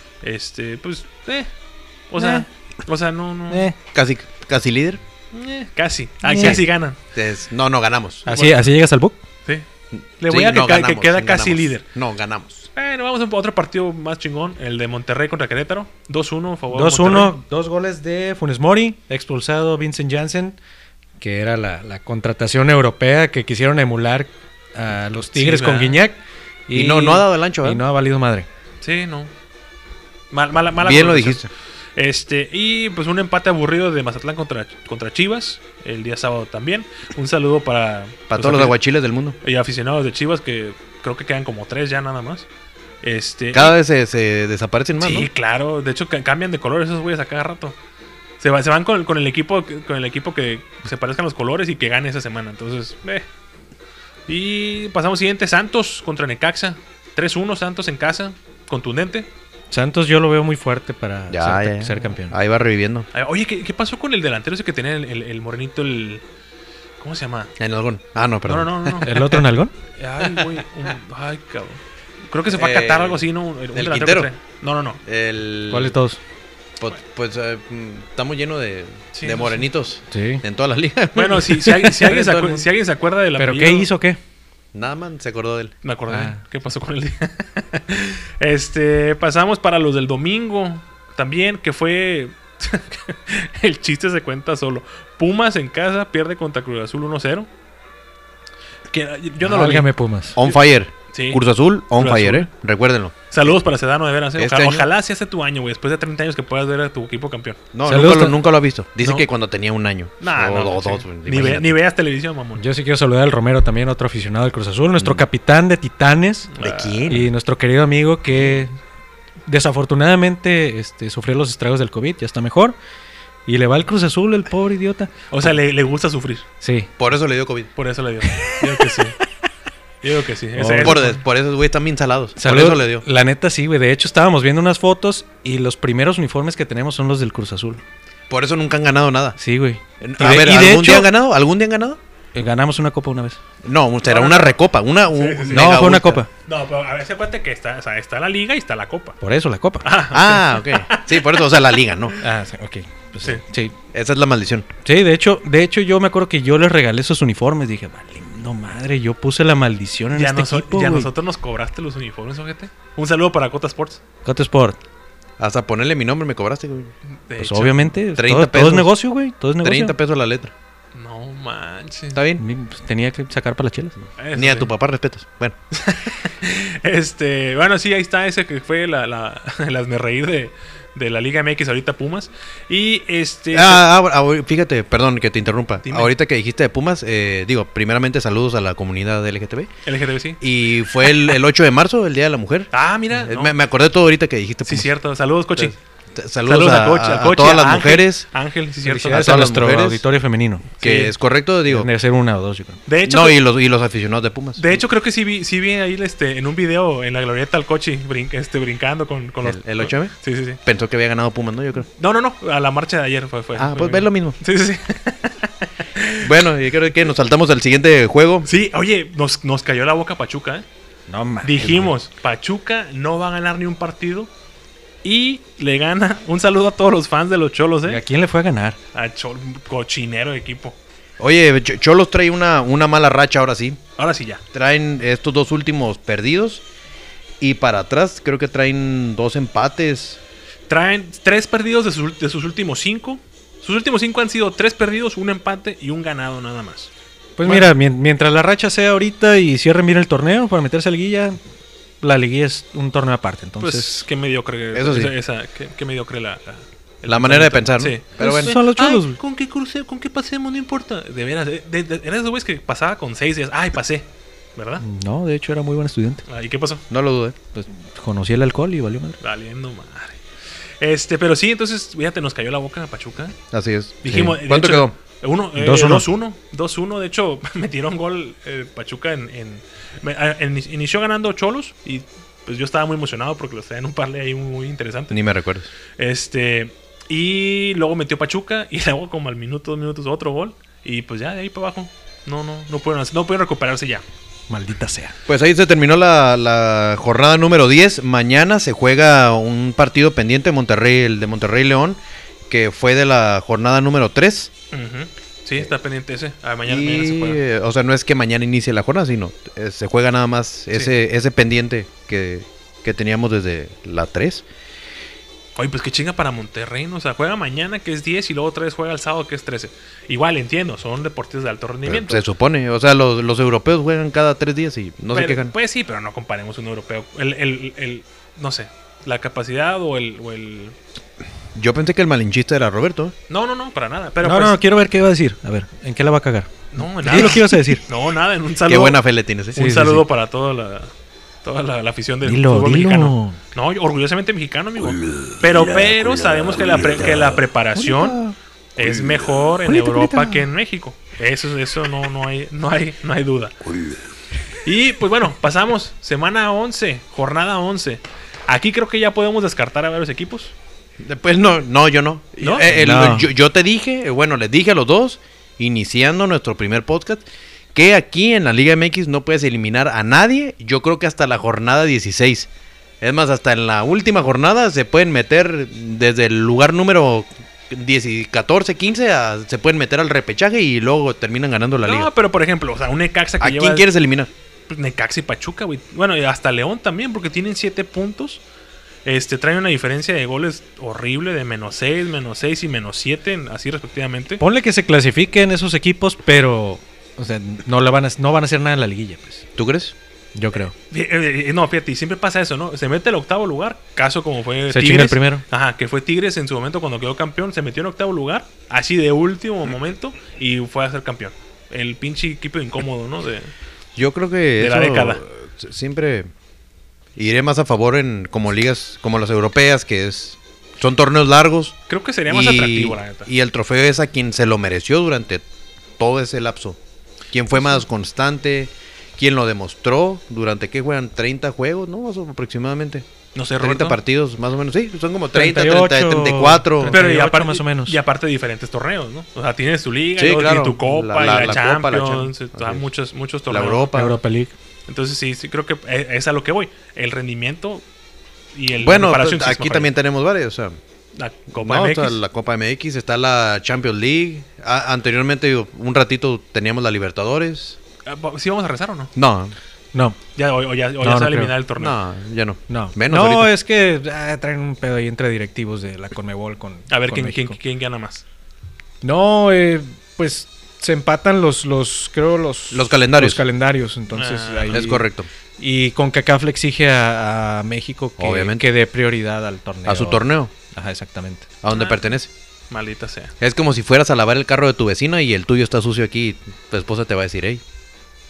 O sea, no. Casi líder. Casi. Casi ganan. No ganamos. ¿Así llegas al book? Sí. Le voy a que queda casi líder. No, ganamos. Bueno, vamos a otro partido más chingón, el de Monterrey contra Querétaro. 2-1 a favor 2-1, de Monterrey. 2 goles de Funes Mori, expulsado Vincent Janssen, que era la contratación europea que quisieron emular a los Tigres Sí, con ¿verdad? Guiñac. Y no ha dado el ancho, Y ¿verdad? no ha valido madre. Sí, no. Mala Bien lo contratación. dijiste. Y pues un empate aburrido de Mazatlán contra Chivas el día sábado también. Un saludo para Para todos los aguachiles del mundo. y aficionados de Chivas, que creo que quedan como 3 ya nada más. Cada vez se desaparecen más, sí, ¿no? claro. De hecho, cambian de color esos güeyes a cada rato. Se van con el equipo que se parezcan los colores y que gane esa semana. Entonces, Y pasamos siguiente, Santos contra Necaxa. 3-1 Santos en casa, contundente. Santos yo lo veo muy fuerte para Ya. ser campeón. Ahí va reviviendo. Oye, ¿qué pasó con el delantero ese que tenía el morenito, ¿cómo se llama? En algún. Ah, no, perdón. No. ¿El otro nalgón? Ay, güey. Ay, cabrón. Creo que se fue a Qatar o algo así, ¿no? Un delantero Quintero. que trae. No. ¿Cuál de todos? Pues estamos llenos de Sí, morenitos Sí. en todas las ligas. Bueno, si alguien se Todo el mundo. si alguien se acuerda de la ¿Pero qué hizo qué? Nada más se acordó de él. Me acordé. Ah. ¿Qué pasó con el día? Pasamos para los del domingo. También, que fue. El chiste se cuenta solo. Pumas en casa pierde contra Cruz Azul 1-0. Que yo no lo vi. Válgame Pumas. On fire. Sí. Cruz Azul, on Cruz fire, Azul. Recuérdenlo. Saludos para Sedano, de veras. Este año- Ojalá sea este tu año, güey. Después de 30 años que puedas ver a tu equipo campeón. No, Saludos nunca lo ha visto. Dice No. que cuando tenía 1 año. Nah, no, O sí. dos. Ni veas televisión, mamón. Yo sí quiero saludar al Romero también, otro aficionado del Cruz Azul, nuestro capitán de Titanes ¿De quién? y nuestro querido amigo que desafortunadamente sufrió los estragos del COVID, ya está mejor. Y le va al Cruz Azul, el pobre idiota. O sea, le gusta sufrir. Sí. Por eso le dio COVID. Por eso le dio. Yo digo que sí. Yo digo que sí. Por eso, güey, están bien salados. Salud. Por eso le dio. La neta sí, güey. De hecho, estábamos viendo unas fotos y los primeros uniformes que tenemos son los del Cruz Azul. Por eso nunca han ganado nada. Sí, güey. A ver, ¿algún día han ganado? ¿Algún día han ganado? Ganamos una copa una vez. No, será una recopa. Sí, sí. No, mega fue una ultra. copa. No, pero a ver, se cuenta que está la liga y está la copa. Por eso, la copa. Ah, ok. Sí, por eso, o sea, la liga, ¿no? Ah, sí, ok. Pues, Sí. sí. Esa es la maldición. Sí, de hecho yo me acuerdo que yo les regalé esos uniformes. Dije, vale, no madre, yo puse la maldición en este equipo, ya güey. nosotros nos cobraste los uniformes, ojete. Un saludo para Cota Sports. Cote Sport. Hasta ponerle mi nombre me cobraste, güey. De Pues hecho. obviamente, 30 todo es pesos. negocio, güey. Todo es negocio. 30 pesos la letra. No manches. ¿Está bien? Pues, tenía que sacar para las chelas. Eso Ni a sí. tu papá respetas. Bueno. Bueno, sí, ahí está ese que fue el hazmerreír de la Liga MX ahorita Pumas. Y Fíjate, perdón que te interrumpa. Dime. Ahorita que dijiste de Pumas, primeramente saludos a la comunidad LGTB. LGTB, sí. Y fue el 8 de marzo, el Día de la Mujer. Ah, mira. no. Me acordé todo ahorita que dijiste Sí, Pumas. cierto. Saludos, Cochi. Entonces, Saludos a, Coche, a todas las mujeres. Ángel, sí, cierto. Felicidades a a todas las nuestro mujeres. auditorio femenino. Que Sí. es correcto, digo. Debe ser una o dos, yo creo. De hecho, No, y los aficionados de Pumas. de hecho, creo que sí vi ahí en un video en la glorieta al coche brincando con los... ¿El 8M? Sí, sí, sí. Pensó que había ganado Pumas, ¿no? Yo creo. No, a la marcha de ayer fue. Pues ves lo mismo. Sí, sí, sí. Bueno, y creo que nos saltamos al siguiente juego. Sí, oye, nos cayó la boca Pachuca, ¿eh? No, mames, Dijimos, Pachuca no va a ganar ni un partido y le gana. Un saludo a todos los fans de los Cholos, güey. ¿Y ¿eh? a quién le fue a ganar? Cochinero de equipo. Oye, Cholos trae una mala racha ahora sí. Ahora sí ya. Traen estos 2 últimos perdidos. Y para atrás creo que traen 2 empates. Traen 3 perdidos de sus últimos 5. Sus últimos 5 han sido 3 perdidos, un empate y un ganado nada más. Pues Bueno. mira, mientras la racha sea ahorita y cierren bien el torneo para meterse a liguilla, la liguilla es un torneo aparte. Entonces, Pues qué mediocre. Eso sí. Qué mediocre La manera de pensar, ¿no? Sí. Pero bueno. son los Cholos. Ay, con que pasemos, no importa. De veras, eres de esos güeyes que pasaba con 6 días. Ay, pasé. ¿Verdad? No, de hecho era muy buen estudiante. ¿Y qué pasó? No lo dudé. Pues conocí el alcohol y valió madre. Valiendo madre. Pero sí, entonces, fíjate, nos cayó la boca a Pachuca. Así es. Dijimos, Sí. de ¿Cuánto hecho, quedó? 2-1. 2-1. De hecho, metieron gol Pachuca inició ganando Cholos y pues yo estaba muy emocionado porque los traían un parlay ahí muy interesante. Ni me recuerdas. Y luego metió Pachuca y luego como al minuto, 2 minutos otro gol y pues ya de ahí para abajo no pueden recuperarse ya. Maldita sea. Pues ahí se terminó la jornada número 10. Mañana se juega un partido pendiente el de Monterrey León, que fue de la jornada número 3. Ujú. Sí, está pendiente ese. Mañana Y, se juega. o sea, no es que mañana inicie la jornada, sino se juega nada más ese pendiente que teníamos desde la 3. Oye, pues qué chinga para Monterrey, ¿no? O sea, juega mañana que es 10 y luego otra vez juega el sábado que es 13. Igual, entiendo, son deportes de alto rendimiento. Se supone, o sea, los europeos juegan cada 3 días y no se quejan. Pues sí, pero no comparemos un europeo. No sé, la capacidad o el... Yo pensé que el malinchista era Roberto. No, para nada. Pero no, pues, no, quiero ver qué iba a decir. A ver, ¿en qué la va a cagar? no, Di nada. lo que ibas a decir. No, nada, en un saludo. Qué buena fe le tienes, ¿eh? Sí, Un sí, saludo sí. para toda la afición del Dilo, fútbol dilo. mexicano. No, yo orgullosamente mexicano, amigo. Pero sabemos que la preparación es mejor en Julita, Europa Julita. que en México. Eso no hay duda. Y pues bueno, pasamos semana 11, jornada 11. Aquí creo que ya podemos descartar a varios equipos. Después no, yo no. ¿No? No. Yo te dije, bueno, les dije a los dos, iniciando nuestro primer podcast, que aquí en la Liga MX no puedes eliminar a nadie. Yo creo que hasta la jornada 16. Es más, hasta en la última jornada se pueden meter desde el lugar número 10, 14, 15, se pueden meter al repechaje y luego terminan ganando la liga. No, pero por ejemplo, o sea, un Necaxa que ¿A lleva... quién quieres eliminar? Pues, Necaxa y Pachuca, güey. Bueno, y hasta León también, porque tienen 7 puntos. Traen una diferencia de goles horrible de -6, -6 y -7, así respectivamente. Ponle que se clasifiquen esos equipos, pero o sea, no van a hacer nada en la liguilla, pues. ¿Tú crees? Yo creo. No, fíjate, y siempre pasa eso, ¿no? Se mete el octavo lugar, caso como fue Se chinga el primero. Ajá, que fue Tigres en su momento cuando quedó campeón, se metió en octavo lugar, así de último momento, y fue a ser campeón. El pinche equipo incómodo, ¿no? Yo creo que De la década. siempre iré más a favor en como ligas como las europeas, que son torneos largos. Creo que sería más atractivo, la neta. Y el trofeo es a quien se lo mereció durante todo ese lapso. Quien fue más constante, quien lo demostró durante, ¿qué juegan? 30 juegos, ¿no? Más o menos, aproximadamente. No sé, 30 Roberto. partidos, más o menos. Sí, son como 30, 38, 34. Pero- Pero y 38 aparte, más o menos. Y aparte diferentes torneos, ¿no? O sea, tienes tu liga, Sí, y luego claro. tu copa, La y la Copa, la Champions, Champions. o sea, Así es. muchos La torneos. Europa. League. Entonces sí, creo que es a lo que voy. El rendimiento y el Bueno, la preparación sí es aquí mejor. también tenemos varios. O sea, La Copa no, MX. está la Copa MX, está la Champions League. Anteriormente, digo, un ratito teníamos la Libertadores. ¿Sí vamos a rezar o no? No, No, Ya, o ya No, se va no a eliminar creo. el torneo. no, ya no. no. Menos no, ahorita. es que traen un pedo ahí entre directivos de la Conmebol con A ver, con ¿quién México. gana más? No, pues se empatan los calendarios. Los calendarios, entonces ahí Es correcto. Y CONCACAF le exige a México Obviamente. que dé prioridad al torneo. A su torneo, Ajá, exactamente. a donde Ah. pertenece. Maldita sea. Es como si fueras a lavar el carro de tu vecina y el tuyo está sucio aquí y tu esposa te va a decir, hey.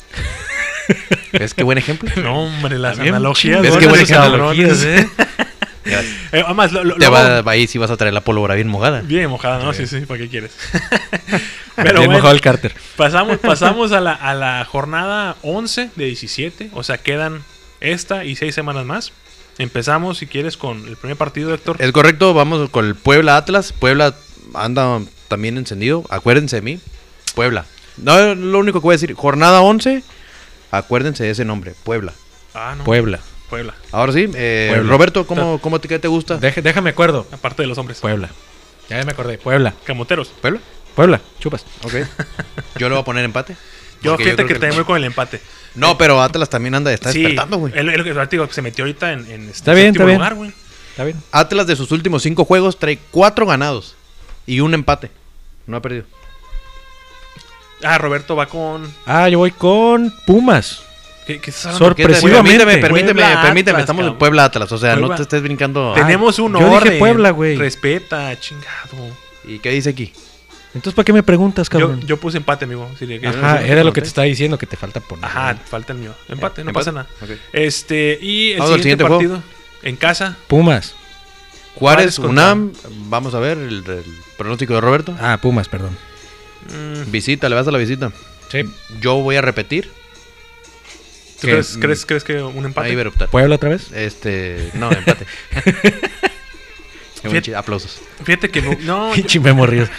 ¿Ves qué buen ejemplo? No, hombre, las También analogías. ¿Ves chingonas qué buen esas ejemplo? analogías, ¿eh? Gracias. Además, Ahí sí vas a traer la pólvora bien mojada. bien mojada, ¿no? Sí, ¿para qué quieres? Bien bueno, mojado el cárter. pasamos a la jornada 11 de 17. O sea, quedan esta y 6 semanas más. Empezamos, si quieres, con el primer partido, Héctor. Es correcto, vamos con el Puebla Atlas. Puebla anda también encendido. Acuérdense de mí. Puebla. No, lo único que voy a decir. Jornada 11. Acuérdense de ese nombre. Puebla. Ah, no. Puebla. Ahora sí. Roberto, ¿qué te gusta? Déjame acuerdo. Aparte de los hombres. Puebla. Ya me acordé. Puebla. Camoteros. ¿Puebla? Puebla. Chupas. Ok. Yo le voy a poner empate. Yo Porque fíjate creo que también voy con el empate. No, pero Atlas también está Sí, despertando, güey. lo que te digo, que se metió ahorita en Está bien, séptimo está bien. lugar, güey. Está bien. Atlas de sus últimos 5 juegos trae 4 ganados y un empate. No ha perdido. Ah, Roberto va con... Yo voy con Pumas. ¿Qué estás hablando? Sorpresivamente. Permíteme, Puebla, estamos en Atlas, Puebla Atlas, o sea, Puebla. no te estés brincando. Tenemos un yo orden. dije Puebla, güey. Respeta, chingado. ¿Y qué dice aquí? Entonces, ¿para qué me preguntas, cabrón? Yo puse empate, amigo. Sí, Ajá, era lo que te estaba diciendo, que te falta poner. Ajá, falta el mío. Empate, no ¿Empate? pasa nada. Ok. Y el Vamos al siguiente siguiente partido, en casa. Pumas. Juárez, contra- UNAM, vamos a ver el pronóstico de Roberto. Pumas, perdón. Visita, le vas a la visita. Sí. Yo voy a repetir. ¿Tú que- crees que un empate? Ahí Berupta. ¿Puebla otra vez? No, empate. Fíjate- Aplausos. Fíjate que... No, Pinche Memo Ríos.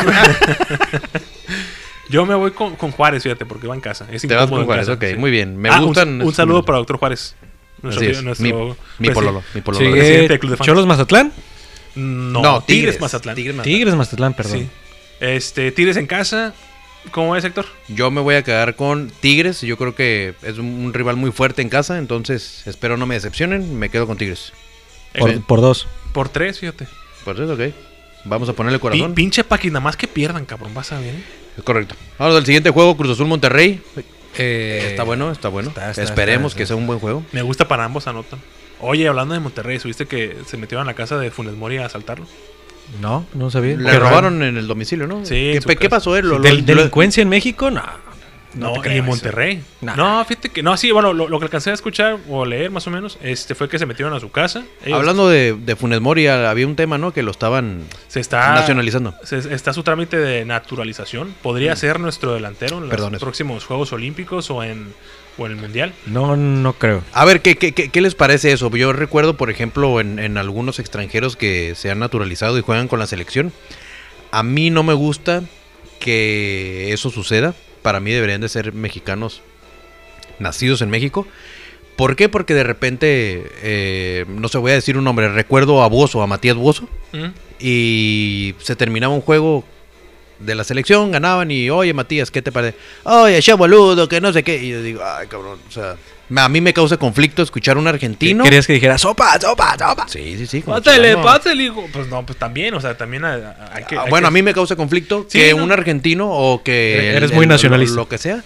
yo me voy con Juárez, fíjate, porque va en casa. Es Te vas incómodo con en Juárez, casa, ok, sí. muy bien. Me Un gustan. saludo para Doctor Juárez. Así es, mi pololo. Mi pololo. Sigue presidente del Club de Fans. Cholos Mazatlán. No, Tigres Mazatlán. Tigres Mazatlán, perdón. Sí. Tigres en casa. ¿Cómo es, Héctor? Yo me voy a quedar con Tigres. Yo creo que es un rival muy fuerte en casa. Entonces, espero no me decepcionen. Me quedo con Tigres. Por 2. Por 3, fíjate. Pues eso, ok. Vamos a ponerle corazón. Pinche Paqui, nada más que pierdan, cabrón. Vas a ver. Es correcto. Vamos al siguiente juego: Cruz Azul Monterrey. Está bueno. Esperemos que sea un buen juego. Me gusta para ambos, anotan. Oye, hablando de Monterrey, ¿subiste que se metieron a la casa de Funes Mori a asaltarlo? No sabía. Le robaron en el domicilio, ¿no? Sí, en su ¿Qué casa. pasó? ¿Delincuencia en México? No te No, creo en eso. Monterrey. Nah. No, fíjate que... No, sí, bueno, lo que alcancé a escuchar o leer más o menos, fue que se metieron a su casa. Ellos- Hablando de Funes Mori, había un tema, ¿no? Que lo estaban se está nacionalizando. está su trámite de naturalización. Podría ser nuestro delantero en Perdón, los eso. próximos Juegos Olímpicos o en el Mundial. No creo. A ver, ¿qué les parece eso? Yo recuerdo, por ejemplo, en algunos extranjeros que se han naturalizado y juegan con la selección. A mí no me gusta que eso suceda. Para mí deberían de ser mexicanos nacidos en México. ¿Por qué? Porque de repente, no sé, voy a decir un nombre. Recuerdo a Bozo, a Matías Bozo. ¿Mm? Y se terminaba un juego de la selección, ganaban y, oye, Matías, ¿qué te parece? Oye, che boludo, que no sé qué. Y yo digo, ay, cabrón, o sea, a mí me causa conflicto escuchar a un argentino. ¿Querías que dijera sopa? Sí. como Pásale, chileno. pásale, hijo. Pues no, pues también, o sea, también hay que... hay Bueno, que- a mí me causa conflicto Sí, que ¿no? un argentino o que... Eres muy nacionalista. Lo que sea.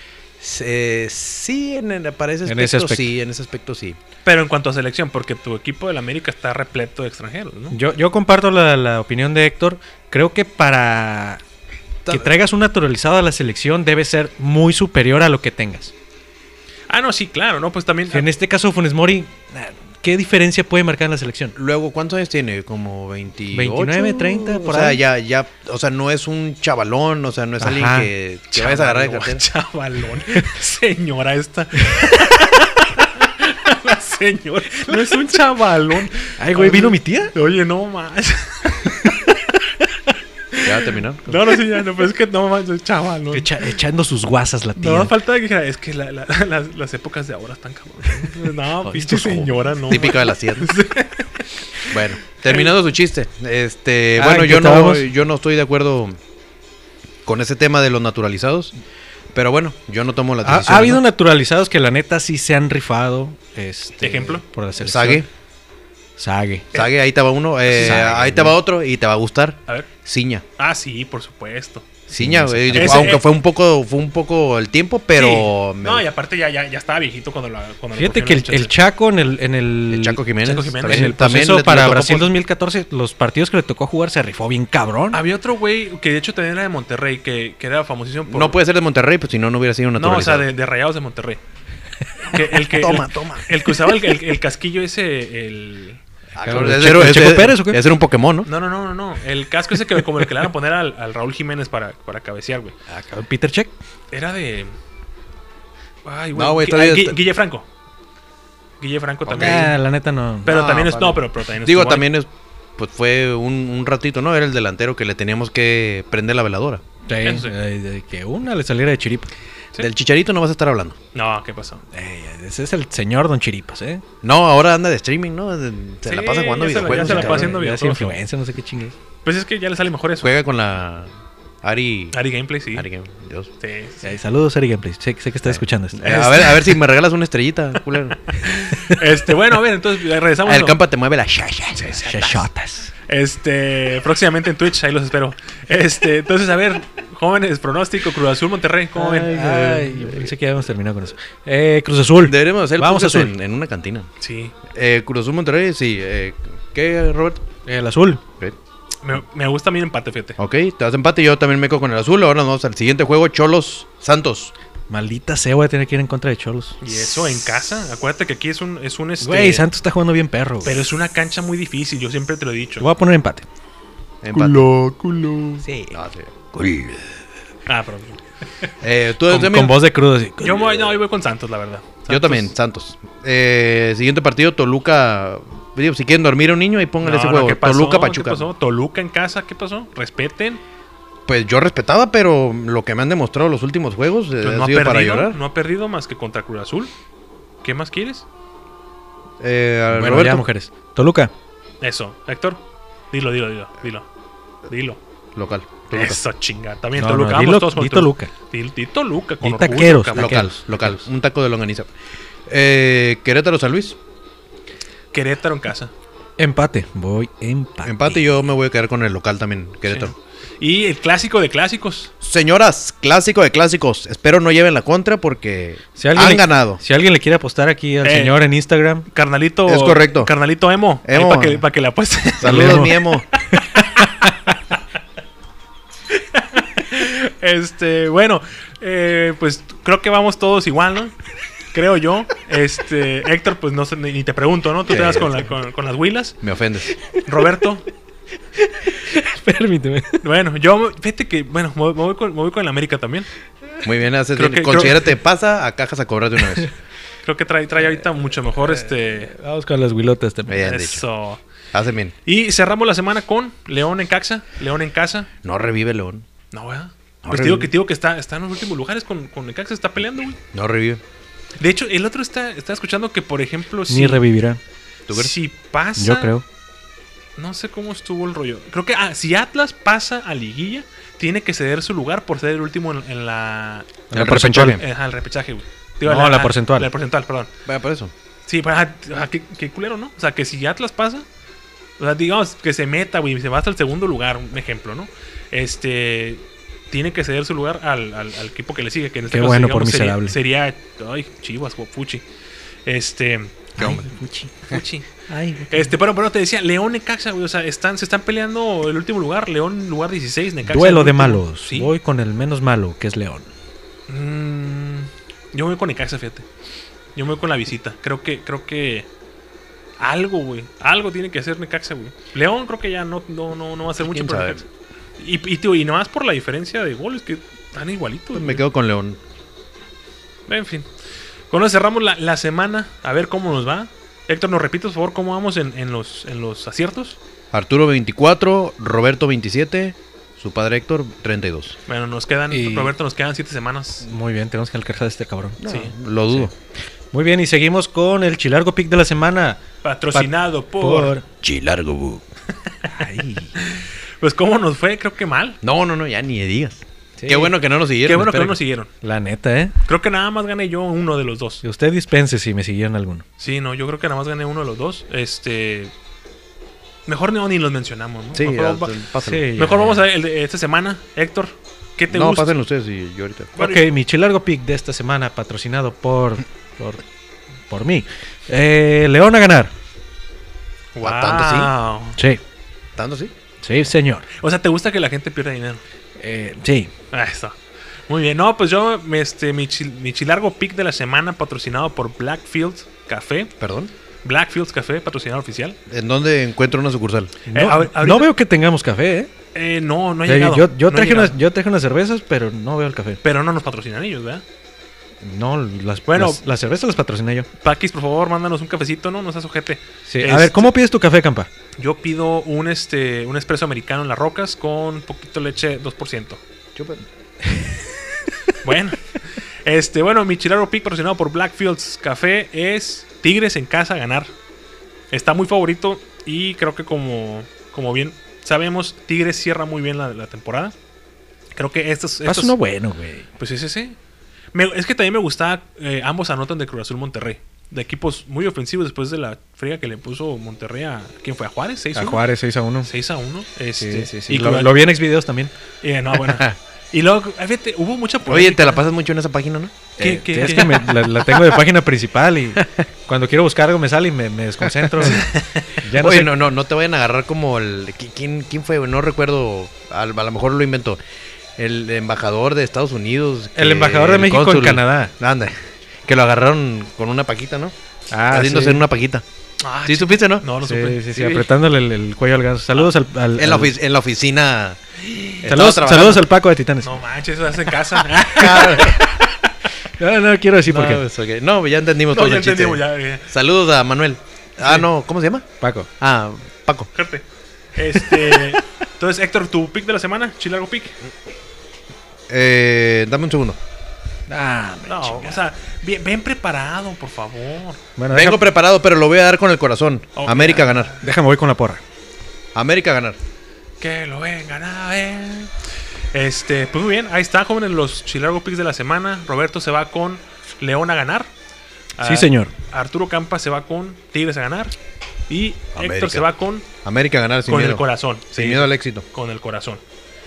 Sí, para ese En aspecto, ese aspecto. sí, en ese aspecto sí. Pero en cuanto a selección, porque tu equipo del América está repleto de extranjeros, ¿no? Yo comparto la opinión de Héctor. Creo que para que traigas un naturalizado a la selección debe ser muy superior a lo que tengas. Ah, no, sí, claro, ¿no? Pues también... En este caso, Funes Mori, ¿qué diferencia puede marcar en la selección? Luego, ¿cuántos años tiene? Como 28. 29, 30, por o sea, ahí. ya, o sea, no es un chavalón, o sea, no es alguien Ajá. que vayas a agarrar de cartera. Chavalón. Señora esta. La señora. No es un chavalón. Ay, güey, ¿vino mi tía? Oye, no más. ¿Ya terminó? No, sí, ya, no, pero es que no más, es chavalón. Echando sus guasas la tía. No, falta que dijera, es que las épocas de ahora están cabrón. No, pinche señora, no. Típica de la sierra. Bueno, terminando su chiste. Ah, Bueno, ¿en qué yo estábamos? no estoy de acuerdo con ese tema de los naturalizados. Pero bueno, yo no tomo la decisión. Ha habido naturalizados que la neta sí se han rifado. ¿Ejemplo? Por la selección. Sague, ahí te va uno. Sague, ahí te va otro y te va a gustar. A ver. Ciña. Ah, sí, por supuesto. Ciña, Sí, güey, ese- aunque fue un poco el tiempo, pero... Sí. No, y aparte ya estaba viejito cuando lo Fíjate que cogieron el Chaco en el El Chaco Jiménez. Chaco Jiménez. en el también proceso le para tocó Brasil por- 2014, los partidos que le tocó jugar se rifó bien cabrón. Había otro güey que de hecho también era de Monterrey, que era famosísimo por... No puede ser de Monterrey, pues si no, no hubiera sido No, o naturalizado. sea, de Rayados de Monterrey. Que Toma. el que usaba el casquillo ese, ¿El Checo Pérez o qué? Ese era un Pokémon, ¿no? No. El casco ese que como el que le van a poner al Raúl Jiménez para cabecear, güey. Peter Check. Era de... Ay, güey. No, güey, Guille Franco. Guille Franco también. La neta no. Pero No, también es... vale. No, pero también Digo, estuvo ahí. también es... Pues fue un ratito, ¿no? Era el delantero que le teníamos que prender la veladora. Sí, Eso sí. de que una le saliera de chiripa. ¿Sí? Del Chicharito no vas a estar hablando. No, ¿qué pasó? Ese es el señor Don Chiripas, ¿eh? No, ahora anda de streaming, ¿no? Se Sí, la pasa jugando ya se la- videojuegos. ya se la cabrón. pasa haciendo Ya es videojuegos. influencia, no sé qué chingues. Pues es que ya le sale mejor eso. Juega con la Ari Gameplay, sí. Ari Game. Dios. Sí. Saludos, Ari Gameplay. Sé que está escuchando esto. A ver si me regalas una estrellita, culero. Bueno, a ver, entonces regresamos. El campo te mueve la shasha. Chachotas. Próximamente en Twitch, ahí los espero. Entonces, a ver, jóvenes, pronóstico, Cruz Azul, Monterrey, ¿cómo ven? Ay, yo pensé que ya habíamos terminado con eso. Cruz Azul. Deberíamos hacer el Vamos podcast Azul. en una cantina. Sí. Cruz Azul Monterrey, sí. ¿Qué, Robert? El azul. Ok. Me gusta mi empate, fíjate. Ok, te das empate. Yo también me quedo con el azul. Ahora nos vamos al siguiente juego: Cholos Santos. Maldita sea, voy a tener que ir en contra de Cholos. Y eso en casa. Acuérdate que aquí es un Güey, Santos está jugando bien perro. Pero es una cancha muy difícil, yo siempre te lo he dicho. Voy a poner empate. Empate. Culo. Sí. No, sí. Pero Tú Con también. voz de crudo así. yo voy con Santos, la verdad. Yo Santos- también, Santos. Siguiente partido: Toluca. Digo, si quieren dormir a un niño, ahí pónganle ese juego. ¿qué pasó? Toluca ¿Qué Pachuca. pasó? Toluca en casa, ¿qué pasó? Respeten. Pues yo respetaba, pero lo que me han demostrado los últimos juegos Pues ha sido para llorar. no ha perdido más que contra Cruz Azul. ¿Qué más quieres? Bueno, Roberto. ya, mujeres. Toluca. Eso, Héctor. Dilo. Local. Toluca. Eso, chinga. También No, Toluca. no, Vamos dilo- todos con di Toluca. Di Toluca con Di orgullo, taqueros, cabrón. Local. Un taco de longaniza. Querétaro San Luis. Querétaro en casa. Empate. Voy empate. Empate, yo me voy a quedar con el local también, Querétaro. Sí. Y el clásico de clásicos. Señoras, clásico de clásicos. Espero no lleven la contra porque Si alguien han le- ganado. Si alguien le quiere apostar aquí al señor en Instagram, Carnalito. Es correcto. Carnalito Emo. Emo. Para que le apueste. Saludos, Emo. mi emo. Bueno, pues creo que vamos todos igual, ¿no? Creo yo. Héctor, pues no sé, ni te pregunto, ¿no? Tú Sí, te vas sí. con las huilas. Me ofendes. Roberto. permíteme. Bueno, yo, fíjate que, me voy con el América también. Muy bien, haces Creo bien. que- Considérate, pasa a cajas a cobrar de una vez. Creo que trae ahorita mucho mejor Vamos con las huilotas también. Bien dicho. eso. Hacen bien. Y cerramos la semana con León en Caxa, León en casa. No revive León. No, ¿verdad? No, Pues revive. te digo que está en los últimos lugares con Necaxa, está peleando, güey. No revive. De hecho, el otro está escuchando que, por ejemplo, Ni revivirá. ¿Tú crees? si pasa... Yo creo. No sé cómo estuvo el rollo. Creo que si Atlas pasa a liguilla, tiene que ceder su lugar por ser el último en la... En la porcentual. El repechaje, güey. No, la porcentual. La porcentual, perdón. Vaya, por eso. Sí, qué culero, ¿no? O sea, que si Atlas pasa, o sea, digamos que se meta, güey, se va hasta el segundo lugar, un ejemplo, ¿no? Tiene que ceder su lugar al equipo que le sigue, que en este Qué caso, bueno digamos, por miserable. sería ay, Chivas, Fuchi. ¿Qué hombre? Fuchi. Ay, Pero te decía, León Necaxa, güey, o sea, se están peleando el último lugar, León lugar 16, Necaxa. duelo el de último. malos. Sí. Voy con el menos malo, que es León. Yo me voy con Necaxa, fíjate. Yo me voy con la visita. Creo que algo, güey. Algo tiene que hacer Necaxa, güey. León creo que ya no va a hacer mucho ¿Quién por sabe? Necaxa. Y nada más por la diferencia de goles, que están igualitos. Pues me güey. quedo con León. En fin. Con eso cerramos la semana. A ver cómo nos va. Héctor, ¿nos repites, por favor, cómo vamos en los aciertos? Arturo 24, Roberto 27, su padre Héctor 32. Bueno, Y- Roberto, nos quedan 7 semanas. Muy bien, tenemos que alcanzar a este cabrón. Sí. Lo dudo. Muy bien, y seguimos con el chilargo pick de la semana. Patrocinado por... Chilargo Bu. Ay. Pues, ¿cómo nos fue? Creo que mal. No, ya ni digas. Sí. Qué bueno que no nos siguieron. Qué bueno que no espera. nos siguieron. La neta, ¿eh? Creo que nada más gané yo uno de los dos. Si usted dispense si me siguieron alguno. Sí, no, yo creo que nada más gané uno de los dos. Mejor ni los mencionamos, ¿no? Sí, mejor pásalo. Sí. mejor vamos a ver el de esta semana. Héctor, ¿qué te No, gusta? pásenlo ustedes y yo ahorita. Ok, mi chilargo pick de esta semana, patrocinado por mí. León a ganar. Wow. ¿Tanto Sí, ¿Tanto sí? sí, señor. O sea, ¿te gusta que la gente pierda dinero? Sí. Eso. Muy bien. No, pues yo, mi chilargo pick de la semana patrocinado por Blackfield Café. Perdón. Blackfields Café, patrocinador oficial. ¿En dónde encuentro una sucursal? No veo que tengamos café, No ha O sea, llegado. yo no ha traje llegado. yo traje unas cervezas, pero no veo el café. Pero no nos patrocinan ellos, ¿verdad? No, Bueno. las cervezas las patrociné yo. Paquis, por favor, mándanos un cafecito, ¿no? No seas ojete. Sí. A ver, ¿cómo pides tu café, Campa? Yo pido un espresso americano en las rocas con poquito leche 2%. Bueno. Bueno, mi Chilargo Pick patrocinado por Blackfields Café es Tigres en casa a ganar. Está muy favorito y creo que como bien sabemos, Tigres cierra muy bien la temporada. Creo que estos uno bueno, güey. pues sí. Es que también me gustaba, ambos anotan de Cruz Azul Monterrey. De equipos muy ofensivos después de la friega que le puso Monterrey a... ¿Quién fue? ¿A Juárez? 6-1. A Juárez 6-1. 6-1. Sí. Y Lo vi en Xvideos también. no, bueno. Y luego, fíjate, hubo mucha polémica. Oye, te la pasas mucho en esa página, ¿no? ¿Qué? Es que la tengo de página principal y cuando quiero buscar algo me sale y me desconcentro. Ya no Oye, sé. no te vayan a agarrar como el... ¿Quién fue? No recuerdo. A lo mejor lo invento. El embajador de Estados Unidos. El embajador de México en Canadá. Anda. Que lo agarraron con una paquita, ¿no? Ah, Haciéndose en una paquita. ¿Sí supiste, no? No, no supe. Sí, apretándole el cuello al ganso. Saludos al En la oficina. Saludos al Paco de Titanes. No manches, eso hace en casa. No quiero decir por qué. Pues, okay. No, ya entendimos No, todo ya el chiste. entendimos, ya. Saludos a Manuel. Ah, no, ¿cómo se llama? Paco. Ah, Paco. Gente. Entonces, Héctor, tu pick de la semana, Chilargo Pick. Dame un segundo. No, o sea, bien preparado, por favor. Bueno, Vengo preparado, pero lo voy a dar con el corazón. Ok. América a ganar. déjame voy con la porra. América a ganar. Que lo vengan a ver. Pues muy bien, ahí está, jóvenes, los Chilargo Picks de la semana. Roberto se va con León a ganar. Sí, señor. Arturo Campa se va con Tigres a ganar. Y América. Héctor se va con América a ganar sin miedo. el corazón. Sin Sí, miedo al éxito. con el corazón.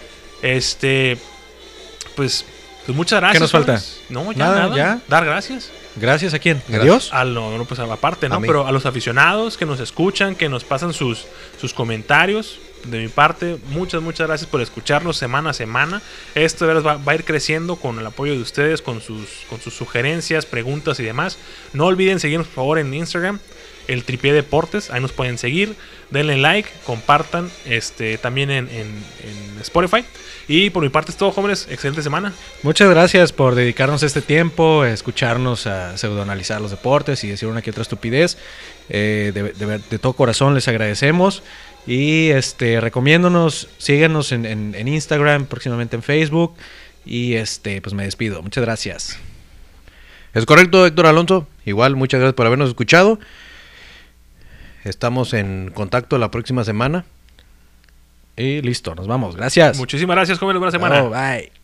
Pues muchas gracias. ¿Qué nos falta? jóvenes. No, ya Nada, nada. ya. Dar gracias. Gracias a quién. Gracias. Adiós. No, pues aparte, ¿no? A mí. Pero a los aficionados que nos escuchan, que nos pasan sus comentarios. De mi parte, muchas gracias por escucharnos semana a semana. Esto de verdad va a ir creciendo con el apoyo de ustedes, con sus sugerencias, preguntas y demás. No olviden seguirnos, por favor, en Instagram, el Tripié Deportes. Ahí nos pueden seguir. Denle like, compartan también en Spotify. Y por mi parte es todo, jóvenes. Excelente semana. Muchas gracias por dedicarnos este tiempo, escucharnos a pseudoanalizar los deportes y decir una que otra estupidez. De todo corazón les agradecemos. Y recomiéndonos, síganos en Instagram, próximamente en Facebook. Y pues me despido. Muchas gracias. Es correcto, Héctor Alonso. Igual, muchas gracias por habernos escuchado. Estamos en contacto la próxima semana. Y listo, nos vamos. Gracias. Muchísimas gracias, jóvenes. Buena semana. Oh, bye.